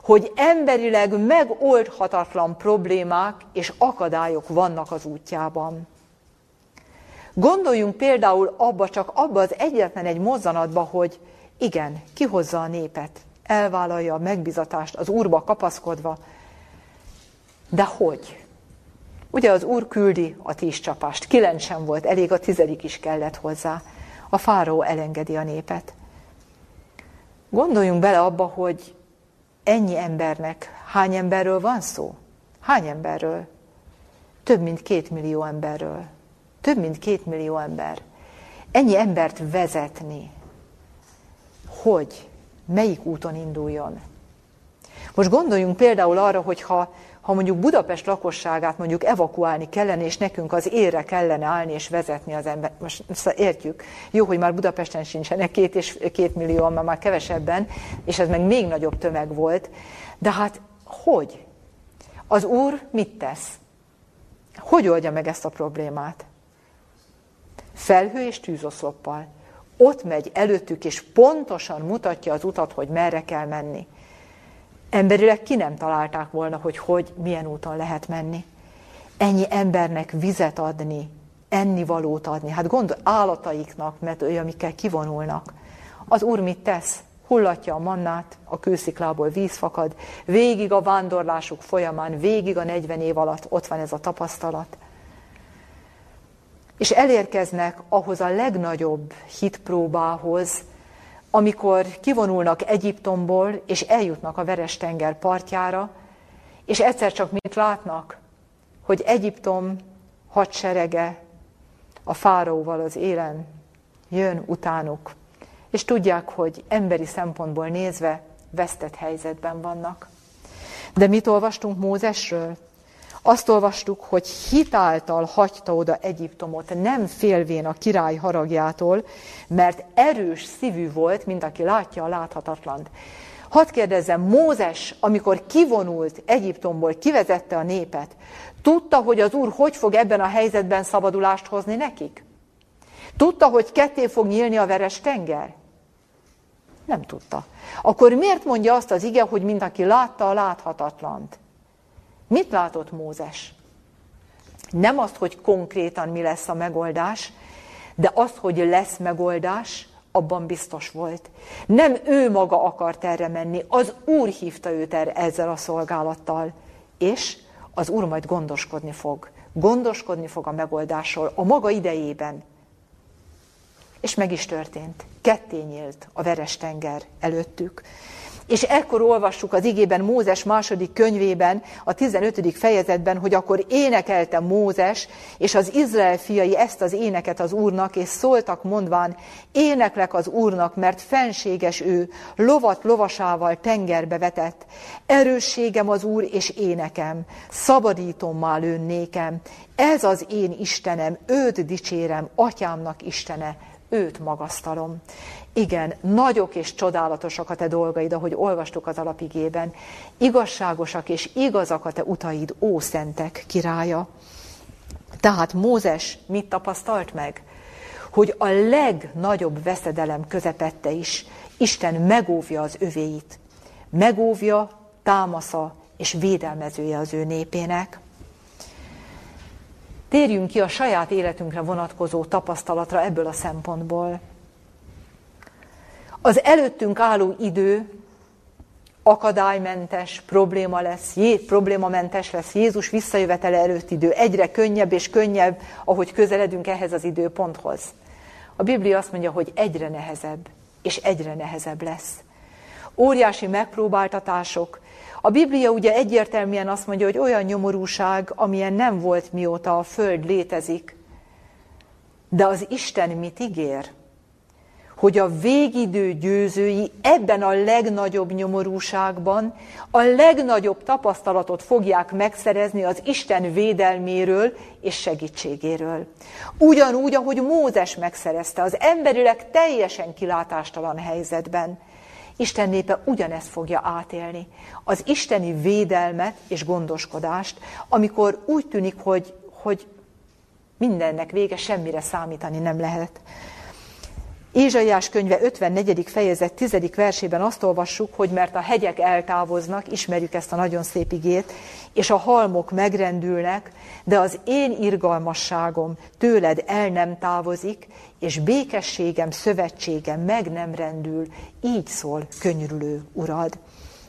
hogy emberileg megoldhatatlan problémák és akadályok vannak az útjában. Gondoljunk például abba az egyetlen egy mozzanatba, hogy igen, kihozza a népet, elvállalja a megbizatást, az Úrba kapaszkodva. De hogy? Ugye az Úr küldi a 10 csapást, 9 sem volt elég, a 10. is kellett hozzá. A fáraó elengedi a népet. Gondoljunk bele abba, hogy ennyi embernek hány emberről van szó? Hány emberről? Több mint 2 millió emberről. Több mint 2 millió ember. Ennyi embert vezetni. Hogy? Melyik úton induljon? Most gondoljunk például arra, hogy ha mondjuk Budapest lakosságát mondjuk evakuálni kellene, és nekünk az élre kellene állni és vezetni az ember. Most értjük, jó, hogy már Budapesten sincsenek 2 millióan, már kevesebben, és ez meg még nagyobb tömeg volt. De hát hogy? Az Úr mit tesz? Hogy oldja meg ezt a problémát? Felhő és tűzoszloppal. Ott megy előttük, és pontosan mutatja az utat, hogy merre kell menni. Emberileg ki nem találták volna, hogy milyen úton lehet menni. Ennyi embernek vizet adni, ennivalót adni. Hát gondol állataiknak, mert olyan, amikkel kivonulnak. Az Úr mit tesz? Hullatja a mannát, a kősziklából víz fakad, végig a vándorlásuk folyamán, végig a 40 év alatt ott van ez a tapasztalat. És elérkeznek ahhoz a legnagyobb hitpróbához, amikor kivonulnak Egyiptomból, és eljutnak a Veres-tenger partjára, és egyszer csak mit látnak? Hogy Egyiptom hadserege a fáraóval az élen jön utánuk, és tudják, hogy emberi szempontból nézve vesztett helyzetben vannak. De mit olvastunk Mózesről? Azt olvastuk, hogy hitáltal hagyta oda Egyiptomot, nem félvén a király haragjától, mert erős szívű volt, mint aki látja a láthatatlant. Hadd kérdezzem, Mózes, amikor kivonult Egyiptomból, kivezette a népet, tudta, hogy az Úr hogy fog ebben a helyzetben szabadulást hozni nekik? Tudta, hogy ketté fog nyílni a Veres-tenger? Nem tudta. Akkor miért mondja azt az ige, hogy mint aki látta a láthatatlant? Mit látott Mózes? Nem azt, hogy konkrétan mi lesz a megoldás, de azt, hogy lesz megoldás, abban biztos volt. Nem ő maga akart erre menni, az Úr hívta őt erre ezzel a szolgálattal, és az Úr majd gondoskodni fog. Gondoskodni fog a megoldásról a maga idejében. És meg is történt. Ketté nyílt a Veres-tenger előttük. És ekkor olvassuk az igében, Mózes második könyvében, a 15. fejezetben, hogy akkor énekelte Mózes, és az Izrael fiai ezt az éneket az Úrnak, és szóltak mondván, éneklek az Úrnak, mert fenséges ő, lovat lovasával tengerbe vetett. Erősségem az Úr és énekem, szabadítommá lőn nékem. Ez az én Istenem, őt dicsérem, atyámnak Istene, őt magasztalom. Igen, nagyok és csodálatosak a te dolgaid, ahogy olvastuk az alapigében. Igazságosak és igazak a te utaid, ó szentek királya. Tehát Mózes mit tapasztalt meg? Hogy a legnagyobb veszedelem közepette is Isten megóvja az övéit. Megóvja, támasza és védelmezője az ő népének. Térjünk ki a saját életünkre vonatkozó tapasztalatra ebből a szempontból. Az előttünk álló idő akadálymentes, problémamentes lesz. Jézus visszajövetele előtt idő egyre könnyebb és könnyebb, ahogy közeledünk ehhez az időponthoz. A Biblia azt mondja, hogy egyre nehezebb, és egyre nehezebb lesz. Óriási megpróbáltatások. A Biblia ugye egyértelműen azt mondja, hogy olyan nyomorúság, amilyen nem volt mióta a föld létezik. De az Isten mit ígér? Hogy a végidő győzői ebben a legnagyobb nyomorúságban a legnagyobb tapasztalatot fogják megszerezni az Isten védelméről és segítségéről. Ugyanúgy, ahogy Mózes megszerezte az emberileg teljesen kilátástalan helyzetben. Isten népe ugyanezt fogja átélni. Az isteni védelmet és gondoskodást, amikor úgy tűnik, hogy mindennek vége, semmire számítani nem lehet. Ézsaiás könyve 54. fejezet 10. versében azt olvassuk, hogy mert a hegyek eltávoznak, ismerjük ezt a nagyon szép igét, és a halmok megrendülnek, de az én irgalmasságom tőled el nem távozik, és békességem, szövetségem meg nem rendül, így szól könyörülő Urad.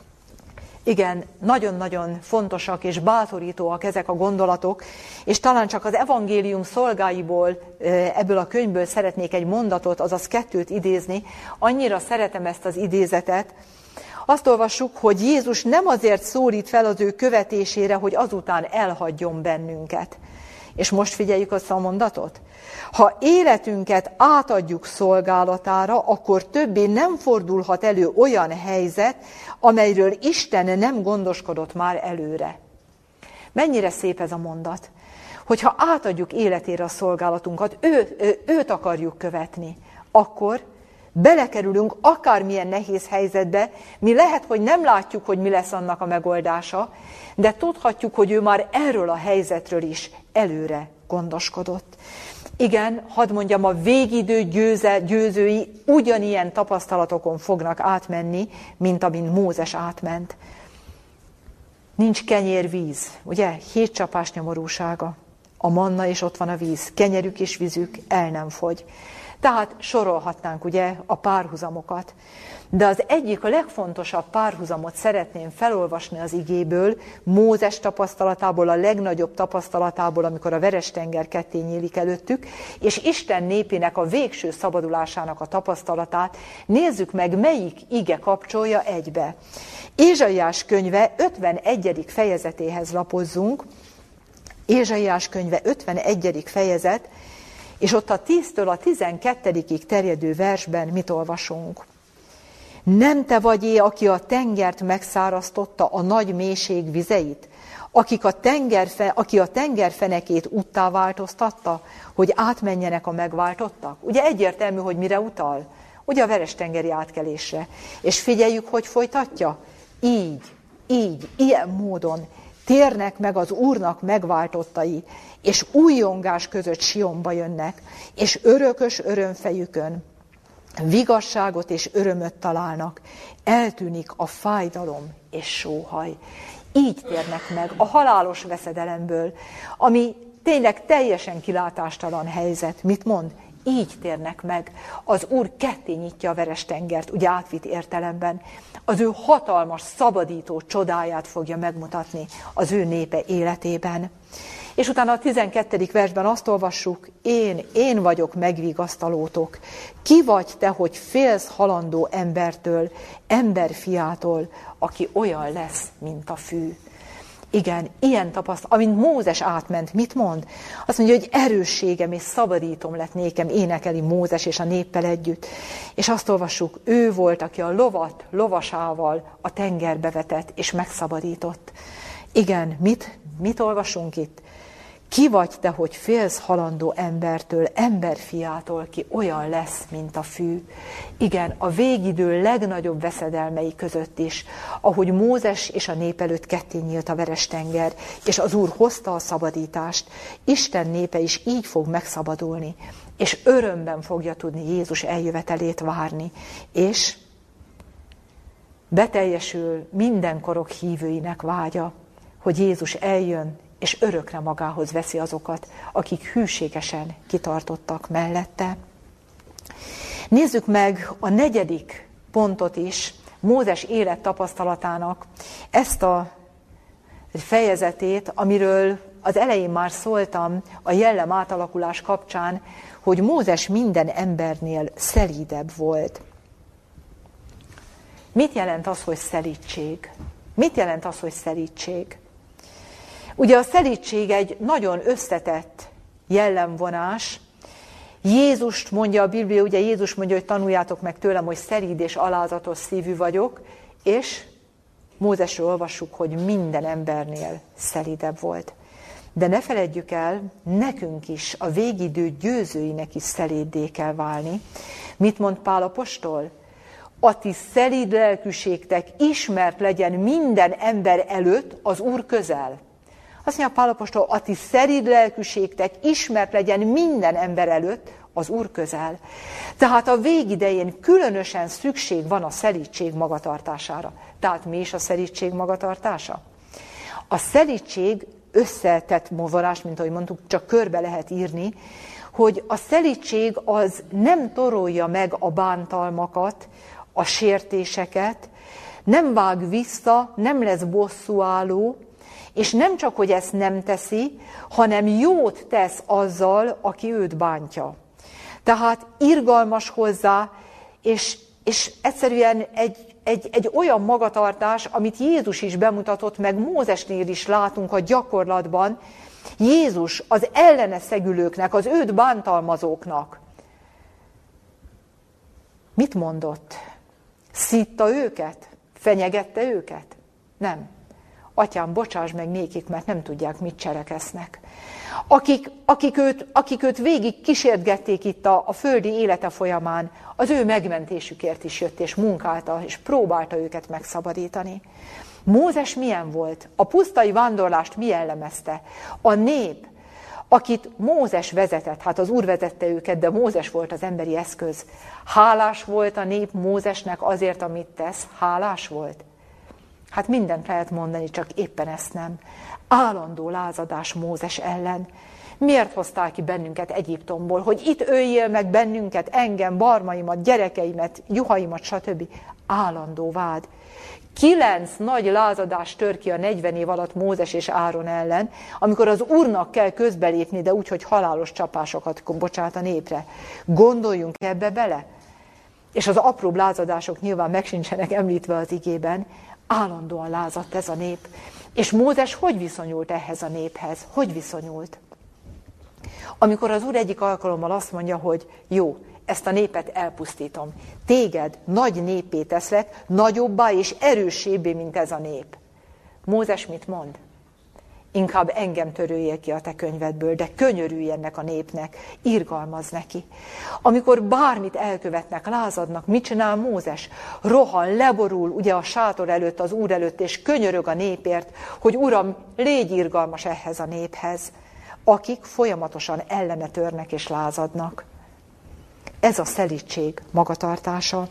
Igen, nagyon-nagyon fontosak és bátorítóak ezek a gondolatok, és talán csak az evangélium szolgáiból, ebből a könyvből szeretnék egy mondatot, azaz 2 idézni. Annyira szeretem ezt az idézetet. Azt olvassuk, hogy Jézus nem azért szólít fel az ő követésére, hogy azután elhagyjon bennünket. És most figyeljük azt a mondatot. Ha életünket átadjuk szolgálatára, akkor többé nem fordulhat elő olyan helyzet, amelyről Isten nem gondoskodott már előre. Mennyire szép ez a mondat, hogyha átadjuk életére a szolgálatunkat, őt akarjuk követni, akkor belekerülünk akármilyen nehéz helyzetbe, mi lehet, hogy nem látjuk, hogy mi lesz annak a megoldása, de tudhatjuk, hogy ő már erről a helyzetről is előre gondoskodott. Igen, hadd mondjam, a végidő győzői ugyanilyen tapasztalatokon fognak átmenni, mint amin Mózes átment. Nincs kenyér-víz, ugye? 7 csapás nyomorúsága. A manna, és ott van a víz. Kenyerük és vízük el nem fogy. Tehát sorolhatnánk ugye a párhuzamokat. De az egyik, a legfontosabb párhuzamot szeretném felolvasni az igéből, Mózes tapasztalatából, a legnagyobb tapasztalatából, amikor a Veres-tenger ketté nyílik előttük, és Isten népének a végső szabadulásának a tapasztalatát. Nézzük meg, melyik ige kapcsolja egybe. Ézsaiás könyve 51. fejezetéhez lapozzunk. Ézsaiás könyve 51. fejezet, és ott a 10-től a 12-ig terjedő versben mit olvasunk? Nem te vagy-e, aki a tengert megszárasztotta, a nagy mélység vizeit? Aki a tengerfenekét úttá változtatta, hogy átmenjenek a megváltottak? Ugye egyértelmű, hogy mire utal? Ugye a Veres-tengeri átkelésre. És figyeljük, hogy folytatja? Ilyen módon térnek meg az Úrnak megváltottai, és újongás között Sionba jönnek, és örökös örömfejükön vigasságot és örömöt találnak, eltűnik a fájdalom és sóhaj. Így térnek meg a halálos veszedelemből, ami tényleg teljesen kilátástalan helyzet. Mit mond? Így térnek meg. Az Úr ketté nyitja a Veres-tengert, ugye átvitt értelemben. Az ő hatalmas, szabadító csodáját fogja megmutatni az ő népe életében. És utána a 12. versben azt olvassuk, én vagyok megvigasztalótok. Ki vagy te, hogy félsz halandó embertől, emberfiától, aki olyan lesz, mint a fű. Igen, ilyen tapasztalat, amint Mózes átment, mit mond? Azt mondja, hogy erősségem és szabadítom lett nékem, énekeli Mózes és a néppel együtt. És azt olvassuk, ő volt, aki a lovat lovasával a tengerbe vetett és megszabadított. Igen, mit olvasunk itt? Ki vagy te, hogy félsz halandó embertől, emberfiától, ki olyan lesz, mint a fű. Igen, a végidő legnagyobb veszedelmei között is, ahogy Mózes és a nép előtt ketté nyílt a Veres-tenger, és az Úr hozta a szabadítást, Isten népe is így fog megszabadulni, és örömben fogja tudni Jézus eljövetelét várni, és beteljesül minden korok hívőinek vágya, hogy Jézus eljön, és örökre magához veszi azokat, akik hűségesen kitartottak mellette. Nézzük meg a 4. pontot is, Mózes élettapasztalatának ezt a fejezetét, amiről az elején már szóltam a jellem átalakulás kapcsán, hogy Mózes minden embernél szelídebb volt. Mit jelent az, hogy szelídség? Mit jelent az, hogy szelídség? Ugye a szelídség egy nagyon összetett jellemvonás. Jézust mondja a Biblia, ugye Jézus mondja, hogy tanuljátok meg tőlem, hogy szelíd és alázatos szívű vagyok, és Mózesről olvassuk, hogy minden embernél szelídebb volt. De ne feledjük el, nekünk is, a végidő győzőinek is szeléddé kell válni. Mit mond Pál apostol? A ti szelíd lelkűségtek ismert legyen minden ember előtt az Úr közel. Azt mondja Pál apostol, a ti szelíd lelkűségtek ismert legyen minden ember előtt az Úr közel. Tehát a végidején különösen szükség van a szelídség magatartására. Tehát mi is a szelídség magatartása? A szelídség összetett vonás, mint ahogy mondtuk, csak körbe lehet írni, hogy a szelídség az nem torolja meg a bántalmakat, a sértéseket, nem vág vissza, nem lesz bosszúálló, és nem csak, hogy ezt nem teszi, hanem jót tesz azzal, aki őt bántja. Tehát irgalmas hozzá, és egyszerűen egy olyan magatartás, amit Jézus is bemutatott, meg Mózesnél is látunk a gyakorlatban, Jézus az ellene szegülőknek, az őt bántalmazóknak. Mit mondott? Szítta őket? Fenyegette őket? Nem. Atyám, bocsáss meg nékik, mert nem tudják, mit cselekesznek. Akik őt végig kísérgették itt a földi élete folyamán, az ő megmentésükért is jött, és munkálta, és próbálta őket megszabadítani. Mózes milyen volt? A pusztai vándorlást mi jellemezte? A nép, akit Mózes vezetett, hát az Úr vezette őket, de Mózes volt az emberi eszköz. Hálás volt a nép Mózesnek azért, amit tesz? Hálás volt? Hát mindent lehet mondani, csak éppen ezt nem. Állandó lázadás Mózes ellen. Miért hoztál ki bennünket Egyiptomból? Hogy itt öljél meg bennünket, engem, barmaimat, gyerekeimet, juhaimat, stb. Állandó vád. 9 nagy lázadás tör ki a 40 év alatt Mózes és Áron ellen, amikor az Úrnak kell közbelépni, de úgy, hogy halálos csapásokat bocsát a népre. Gondoljunk ebbe bele. És az apróbb lázadások nyilván meg sincsenek említve az igében. Állandóan lázadt ez a nép. És Mózes hogy viszonyult ehhez a néphez? Hogy viszonyult? Amikor az Úr egyik alkalommal azt mondja, hogy jó, ezt a népet elpusztítom. Téged nagy néppé teszlek, nagyobbá és erősébbé, mint ez a nép. Mózes mit mond? Inkább engem töröljél ki a te könyvedből, de könyörülj ennek a népnek, irgalmazz neki. Amikor bármit elkövetnek, lázadnak, mit csinál Mózes? Rohan, leborul ugye a sátor előtt, az Úr előtt, és könyörög a népért, hogy Uram, légy irgalmas ehhez a néphez, akik folyamatosan ellene törnek és lázadnak. Ez a szelídség magatartása.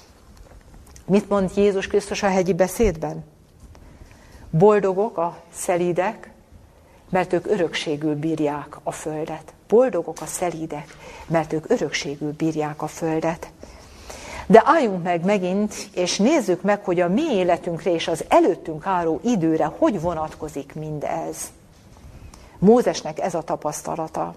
Mit mond Jézus Krisztus a hegyi beszédben? Boldogok a szelídek, mert ők örökségül bírják a földet. Boldogok a szelídek, mert ők örökségül bírják a földet. De álljunk meg megint, és nézzük meg, hogy a mi életünkre és az előttünk álló időre hogy vonatkozik mindez. Mózesnek ez a tapasztalata.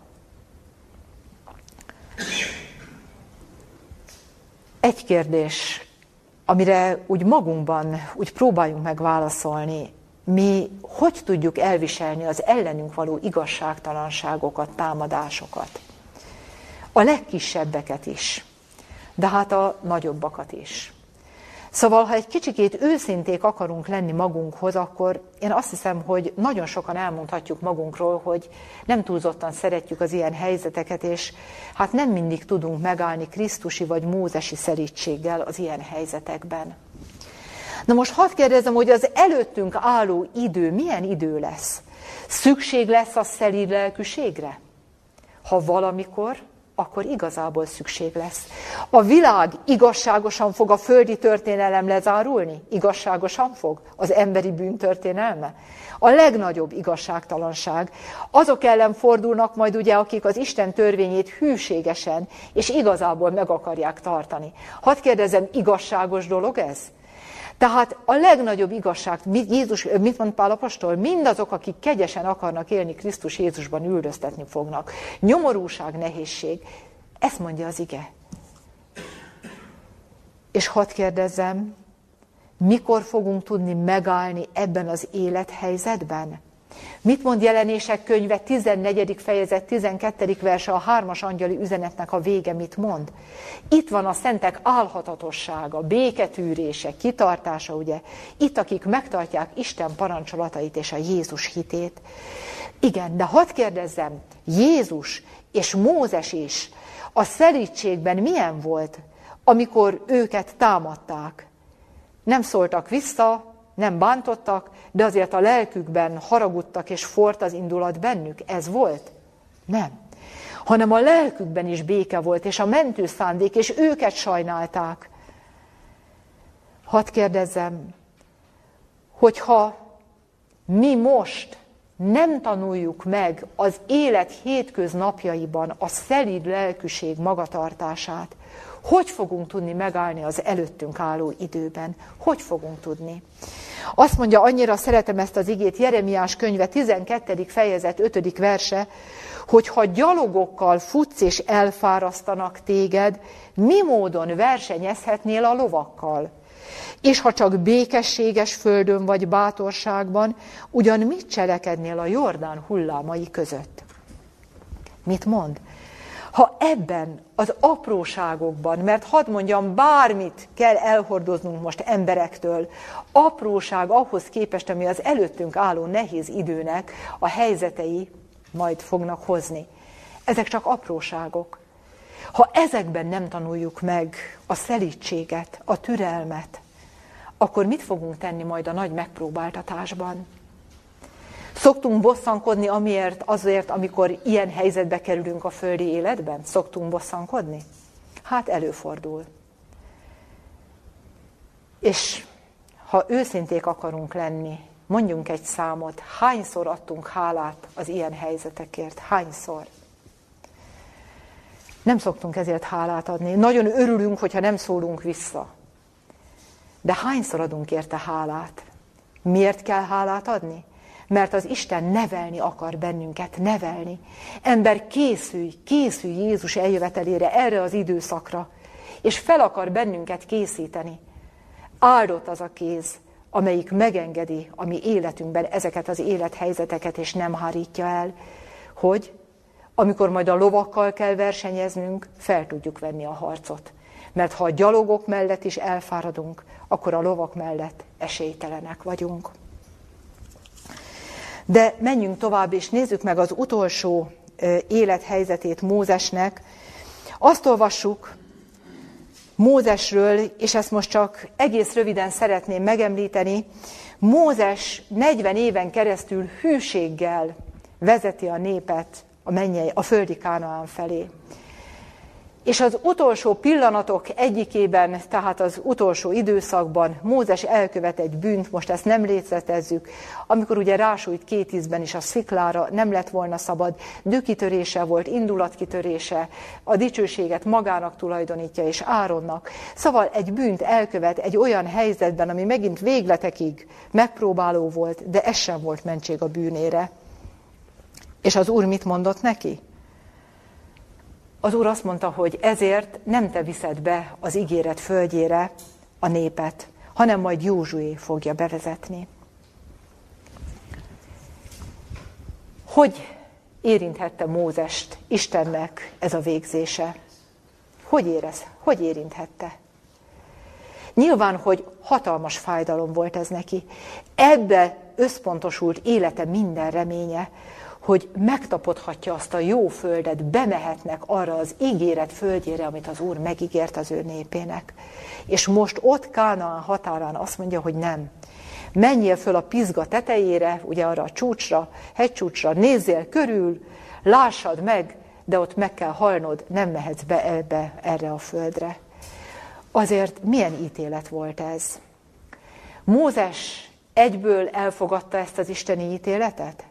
Egy kérdés, amire úgy magunkban úgy próbáljunk meg válaszolni, mi hogy tudjuk elviselni az ellenünk való igazságtalanságokat, támadásokat? A legkisebbeket is, de hát a nagyobbakat is. Szóval, ha egy kicsikét őszinték akarunk lenni magunkhoz, akkor én azt hiszem, hogy nagyon sokan elmondhatjuk magunkról, hogy nem túlzottan szeretjük az ilyen helyzeteket, és hát nem mindig tudunk megállni krisztusi vagy mózesi szelídséggel az ilyen helyzetekben. Na most hadd kérdezem, hogy az előttünk álló idő milyen idő lesz? Szükség lesz a szelíd lelkűségre? Ha valamikor, akkor igazából szükség lesz. A világ igazságosan fog a földi történelem lezárulni? Igazságosan fog? Az emberi bűntörténelme? A legnagyobb igazságtalanság. Azok ellen fordulnak majd ugye, akik az Isten törvényét hűségesen és igazából meg akarják tartani. Hadd kérdezem, igazságos dolog ez? Tehát a legnagyobb igazság, mit mond Pál apostol? Mindazok, akik kegyesen akarnak élni Krisztus Jézusban, üldöztetni fognak. Nyomorúság, nehézség. Ezt mondja az ige. És hadd kérdezzem, mikor fogunk tudni megállni ebben az élethelyzetben? Mit mond Jelenések könyve 14. fejezet 12. verse, a 3. angyali üzenetnek a vége mit mond? Itt van a szentek álhatatossága, béketűrése, kitartása, ugye? Itt, akik megtartják Isten parancsolatait és a Jézus hitét. Igen, de hadd kérdezzem, Jézus és Mózes is a szelídségben milyen volt, amikor őket támadták? Nem szóltak vissza, nem bántottak, de azért a lelkükben haragudtak, és forrt az indulat bennük. Ez volt? Nem. hanem a lelkükben is béke volt, és a mentő szándék, és őket sajnálták. Hadd kérdezzem, hogyha mi most nem tanuljuk meg az élet hétköznapjaiban a szelíd lelkűség magatartását, hogy fogunk tudni megállni az előttünk álló időben? Hogy fogunk tudni? Azt mondja, annyira szeretem ezt az igét, Jeremiás könyve 12. fejezet 5. verse, hogy ha gyalogokkal futsz és elfárasztanak téged, mi módon versenyezhetnél a lovakkal? És ha csak békességes földön vagy bátorságban, ugyan mit cselekednél a Jordán hullámai között? Mit mond? Ha ebben az apróságokban, mert hadd mondjam, bármit kell elhordoznunk most emberektől, apróság ahhoz képest, ami az előttünk álló nehéz időnek a helyzetei majd fognak hozni. Ezek csak apróságok. Ha ezekben nem tanuljuk meg a szelídséget, a türelmet, akkor mit fogunk tenni majd a nagy megpróbáltatásban? Szoktunk bosszankodni azért, amikor ilyen helyzetbe kerülünk a földi életben? Szoktunk bosszankodni? Hát előfordul. És ha őszinték akarunk lenni, mondjunk egy számot, hányszor adtunk hálát az ilyen helyzetekért? Hányszor? Nem szoktunk ezért hálát adni. Nagyon örülünk, hogyha nem szólunk vissza. De hányszor adunk érte hálát? Miért kell hálát adni? Mert az Isten nevelni akar bennünket, nevelni. Ember, készülj Jézus eljövetelére, erre az időszakra, és fel akar bennünket készíteni. Áldott az a kéz, amelyik megengedi a mi életünkben ezeket az élethelyzeteket, és nem hárítja el, hogy amikor majd a lovakkal kell versenyeznünk, fel tudjuk venni a harcot. Mert ha a gyalogok mellett is elfáradunk, akkor a lovak mellett esélytelenek vagyunk. De menjünk tovább, és nézzük meg az utolsó élethelyzetét Mózesnek. Azt olvassuk Mózesről, és ezt most csak egész röviden szeretném megemlíteni. Mózes 40 éven keresztül hűséggel vezeti a népet a földi Kánaán felé. És az utolsó pillanatok egyikében, tehát az utolsó időszakban Mózes elkövet egy bűnt, most ezt nem részletezzük, amikor ugye rásújt 2 ízben is a sziklára, nem lett volna szabad, dűkitörése volt, indulatkitörése, a dicsőséget magának tulajdonítja és Áronnak. Szóval egy bűnt elkövet egy olyan helyzetben, ami megint végletekig megpróbáló volt, de ez sem volt mentség a bűnére. És az Úr mit mondott neki? Az Úr azt mondta, hogy ezért nem te viszed be az ígéret földjére a népet, hanem majd Józsué fogja bevezetni. Hogy érinthette Mózest Istennek ez a végzése? Hogy érinthette? Nyilván, hogy hatalmas fájdalom volt ez neki. Ebbe összpontosult élete minden reménye, hogy megtapodhatja azt a jó földet, bemehetnek arra az ígéret földjére, amit az Úr megígért az ő népének. És most ott Kánaán határán azt mondja, hogy nem. Menjél föl a Pizga tetejére, ugye arra a csúcsra, hegycsúcsra, nézzél körül, lássad meg, de ott meg kell halnod, nem mehetsz be erre a földre. Azért milyen ítélet volt ez? Mózes egyből elfogadta ezt az isteni ítéletet?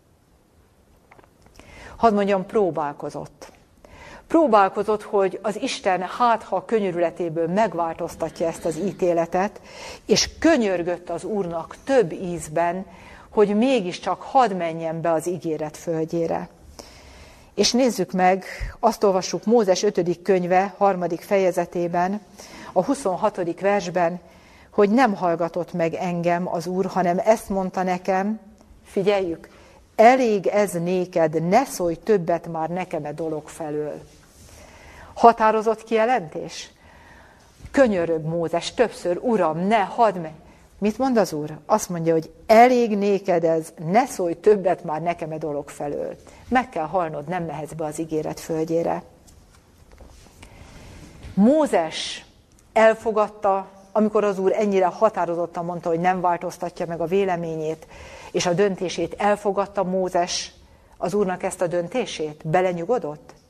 Hadd mondjam, próbálkozott. Próbálkozott, hogy az Isten ha könyörületéből megváltoztatja ezt az ítéletet, és könyörgött az Úrnak több ízben, hogy mégiscsak hadd menjen be az ígéret földjére. És nézzük meg, azt olvassuk Mózes 5. könyve 3. fejezetében, a 26. versben, hogy nem hallgatott meg engem az Úr, hanem ezt mondta nekem, figyeljük, elég ez néked, ne szólj többet már nekem e dolog felől. Határozott kijelentés? Könyörög Mózes többször, Uram, ne hadd meg. Mit mond az Úr? Azt mondja, hogy elég néked ez, ne szólj többet már nekem e dolog felől. Meg kell halnod, nem mehetsz be az ígéret földjére. Mózes elfogadta, amikor az Úr ennyire határozottan mondta, hogy nem változtatja meg a véleményét, és a döntését elfogadta Mózes az Úrnak ezt a döntését? Belenyugodott?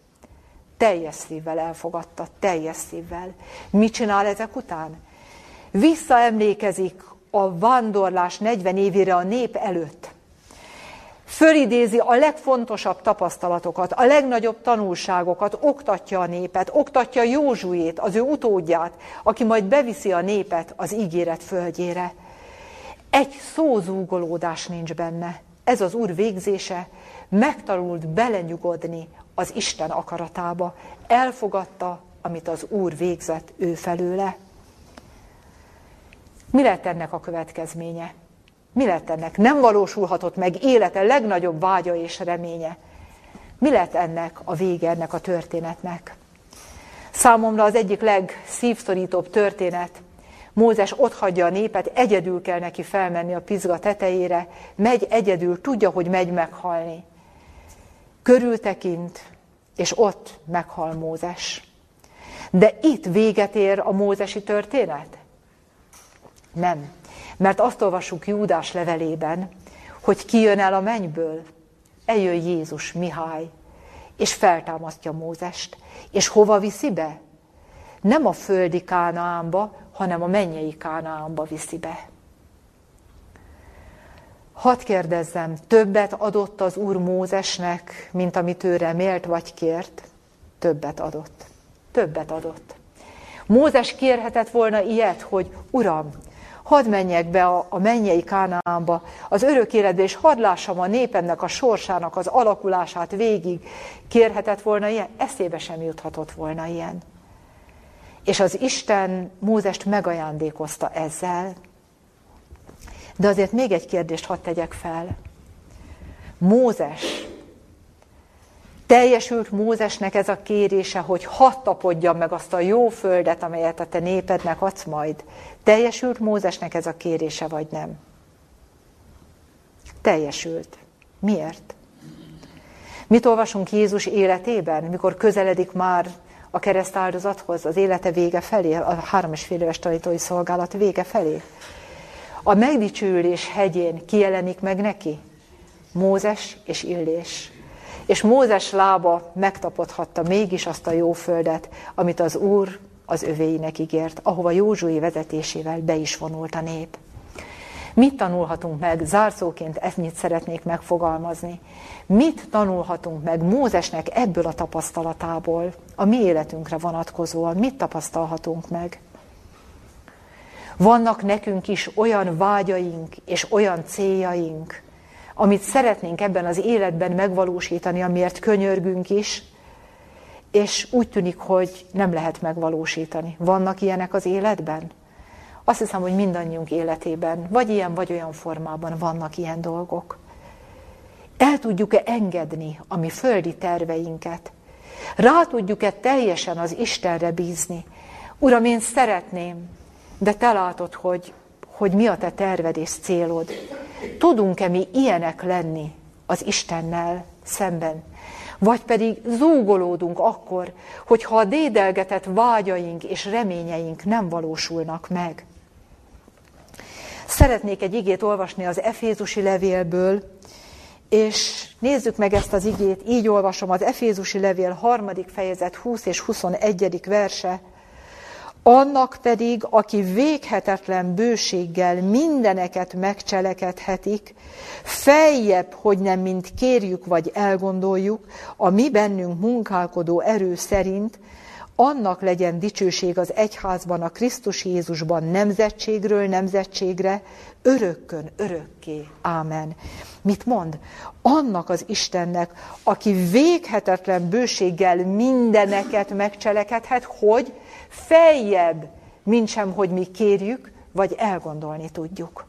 teljes szívvel elfogadta, teljes szívvel. Mit csinál ezek után? Visszaemlékezik a vándorlás 40 évére a nép előtt. Fölidézi a legfontosabb tapasztalatokat, a legnagyobb tanulságokat, oktatja a népet, oktatja Józsuét, az ő utódját, aki majd beviszi a népet az ígéret földjére. Egy szózúgolódás nincs benne. Ez az Úr végzése, megtanult belenyugodni az Isten akaratába. Elfogadta, amit az Úr végzett ő felőle. Mi lett ennek a következménye? Mi lett ennek? Nem valósulhatott meg élete legnagyobb vágya és reménye. Mi lett ennek a vége, ennek a történetnek? Számomra az egyik legszívszorítóbb történet. Mózes otthagyja a népet, egyedül kell neki felmenni a Pizga tetejére, megy egyedül, tudja, hogy megy meghalni. Körültekint, és ott meghal Mózes. De itt véget ér a mózesi történet? Nem. Mert azt olvassuk Júdás levelében, hogy ki jön el a mennyből. Eljön Jézus Mihály, és feltámasztja Mózest. És hova viszi be? Nem a földi Kánaánba, hanem a mennyei Kánaánba viszi be. Hadd kérdezzem, többet adott az Úr Mózesnek, mint amit ő remélt vagy kért? Többet adott. Többet adott. Mózes kérhetett volna ilyet, hogy Uram, hadd menjek be a mennyei Kánaánba, az örök életbe, és hadd lássam a népemnek a sorsának az alakulását végig. Kérhetett volna ilyen? Eszébe sem juthatott volna ilyen. És az Isten Mózest megajándékozta ezzel. De azért még egy kérdést hadd tegyek fel. Mózes, teljesült Mózesnek ez a kérése, hogy hadd tapodjam meg azt a jó földet, amelyet a te népednek adsz majd. Teljesült Mózesnek ez a kérése, vagy nem? Teljesült. Miért? Mit olvasunk Jézus életében, mikor közeledik már a keresztáldozathoz, az élete vége felé, a 3,5 éves tanítói szolgálat vége felé? A megdicsőülés hegyén kijelenik meg neki Mózes és Illés. És Mózes lába megtapodhatta mégis azt a jó földet, amit az Úr az övéinek ígért, ahova Józsué vezetésével be is vonult a nép. Mit tanulhatunk meg? Zárszóként ennyit szeretnék megfogalmazni. Mit tanulhatunk meg Mózesnek ebből a tapasztalatából, a mi életünkre vonatkozóan? Mit tapasztalhatunk meg? Vannak nekünk is olyan vágyaink és olyan céljaink, amit szeretnénk ebben az életben megvalósítani, amiért könyörgünk is, és úgy tűnik, hogy nem lehet megvalósítani. Vannak ilyenek az életben? Azt hiszem, hogy mindannyiunk életében, vagy ilyen, vagy olyan formában vannak ilyen dolgok. El tudjuk-e engedni a mi földi terveinket? Rá tudjuk-e teljesen az Istenre bízni? Uram, én szeretném, de te látod, hogy mi a te terved és célod. Tudunk-e mi ilyenek lenni az Istennel szemben? Vagy pedig zúgolódunk akkor, hogyha a dédelgetett vágyaink és reményeink nem valósulnak meg. Szeretnék egy igét olvasni az Efézusi levélből, és nézzük meg ezt az igét, így olvasom, az Efézusi levél 3. fejezet 20 és 21. verse. Annak pedig, aki véghetetlen bőséggel mindeneket megcselekedhetik, feljebb, hogy nem mint kérjük vagy elgondoljuk, a mi bennünk munkálkodó erő szerint, annak legyen dicsőség az egyházban, a Krisztus Jézusban nemzetségről nemzetségre, örökkön örökké. Ámen. Mit mond? Annak az Istennek, aki véghetetlen bőséggel mindeneket megcselekedhet, hogy feljebb, mintsem, hogy mi kérjük, vagy elgondolni tudjuk.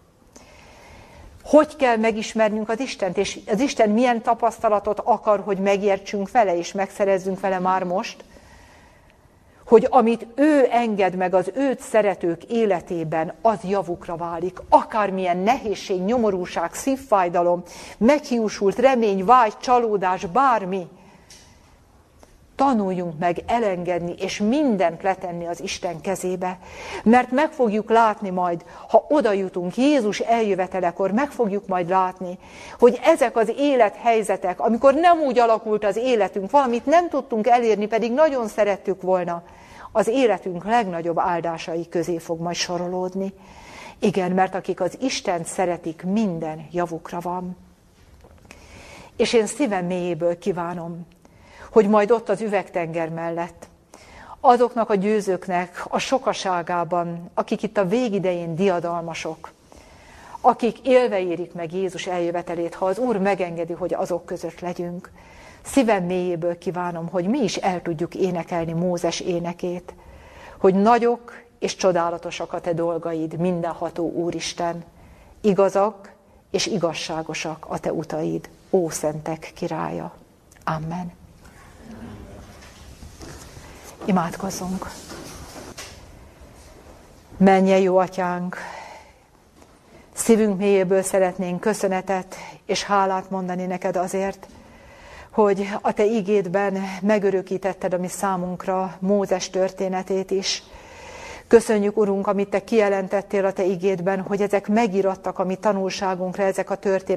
Hogy kell megismernünk az Istent, és az Isten milyen tapasztalatot akar, hogy megértsünk vele, és megszerezzünk vele már most? Hogy amit ő enged meg az őt szeretők életében, az javukra válik. Akármilyen nehézség, nyomorúság, szívfájdalom, meghiúsult remény, vágy, csalódás, bármi. tanuljunk meg elengedni, és mindent letenni az Isten kezébe. Mert meg fogjuk látni majd, ha oda jutunk Jézus eljövetelekor, meg fogjuk majd látni, hogy ezek az élethelyzetek, amikor nem úgy alakult az életünk, valamit nem tudtunk elérni, pedig nagyon szerettük volna, az életünk legnagyobb áldásai közé fog majd sorolódni. Igen, mert akik az Istent szeretik, minden javukra van. És én szívem mélyéből kívánom, hogy majd ott az üvegtenger mellett, azoknak a győzőknek a sokaságában, akik itt a végidején diadalmasok, akik élve érik meg Jézus eljövetelét, ha az Úr megengedi, hogy azok között legyünk. Szívem mélyéből kívánom, hogy mi is el tudjuk énekelni Mózes énekét, hogy nagyok és csodálatosak a te dolgaid, mindenható Úristen, igazak és igazságosak a te utaid, ó szentek királya. Amen. Imádkozzunk. Mennyei Atyánk, szívünk mélyéből szeretnénk köszönetet és hálát mondani neked azért, hogy a te igédben megörökítetted a mi számunkra Mózes történetét is. Köszönjük, Urunk, amit te kijelentettél a te igédben, hogy ezek megirattak a mi tanulságunkra, ezek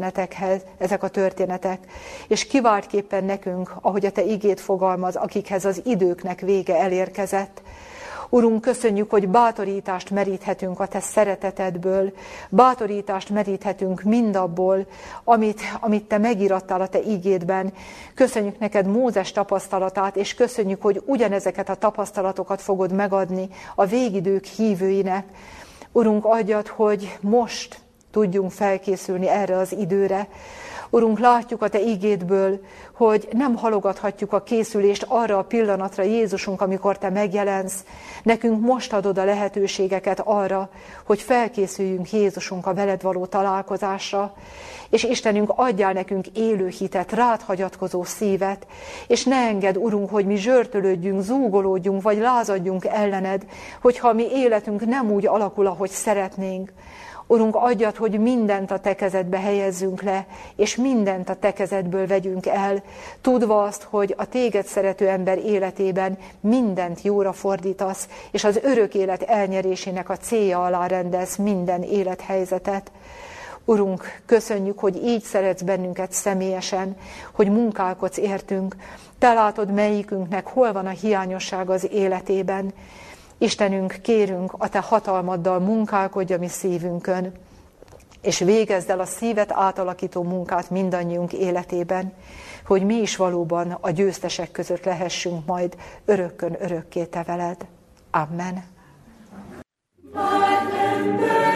a történetek, és kiváltképpen nekünk, ahogy a te igéd fogalmaz, akikhez az időknek vége elérkezett. Urunk, köszönjük, hogy bátorítást meríthetünk a te szeretetedből, bátorítást meríthetünk mindabból, amit te megirattál a te igédben. Köszönjük neked Mózes tapasztalatát, és köszönjük, hogy ugyanezeket a tapasztalatokat fogod megadni a végidők hívőinek. Urunk, adjad, hogy most tudjunk felkészülni erre az időre. Urunk, látjuk a te igédből, hogy nem halogathatjuk a készülést arra a pillanatra, Jézusunk, amikor te megjelensz. Nekünk most adod a lehetőségeket arra, hogy felkészüljünk Jézusunk a veled való találkozásra. És Istenünk, adjál nekünk élő hitet, rád hagyatkozó szívet, és ne engedd, Urunk, hogy mi zsörtölődjünk, zúgolódjunk, vagy lázadjunk ellened, hogyha a mi életünk nem úgy alakul, ahogy szeretnénk. Urunk, adjad, hogy mindent a te kezedbe helyezzünk le, és mindent a te kezedből vegyünk el, tudva azt, hogy a téged szerető ember életében mindent jóra fordítasz, és az örök élet elnyerésének a célja alá rendelsz minden élethelyzetet. Urunk, köszönjük, hogy így szeretsz bennünket személyesen, hogy munkálkodsz értünk. Te látod, melyikünknek hol van a hiányosság az életében. Istenünk, kérünk, a te hatalmaddal munkálkodj a mi szívünkön, és végezd el a szívet átalakító munkát mindannyiunk életében, hogy mi is valóban a győztesek között lehessünk majd örökkön örökké te veled. Amen.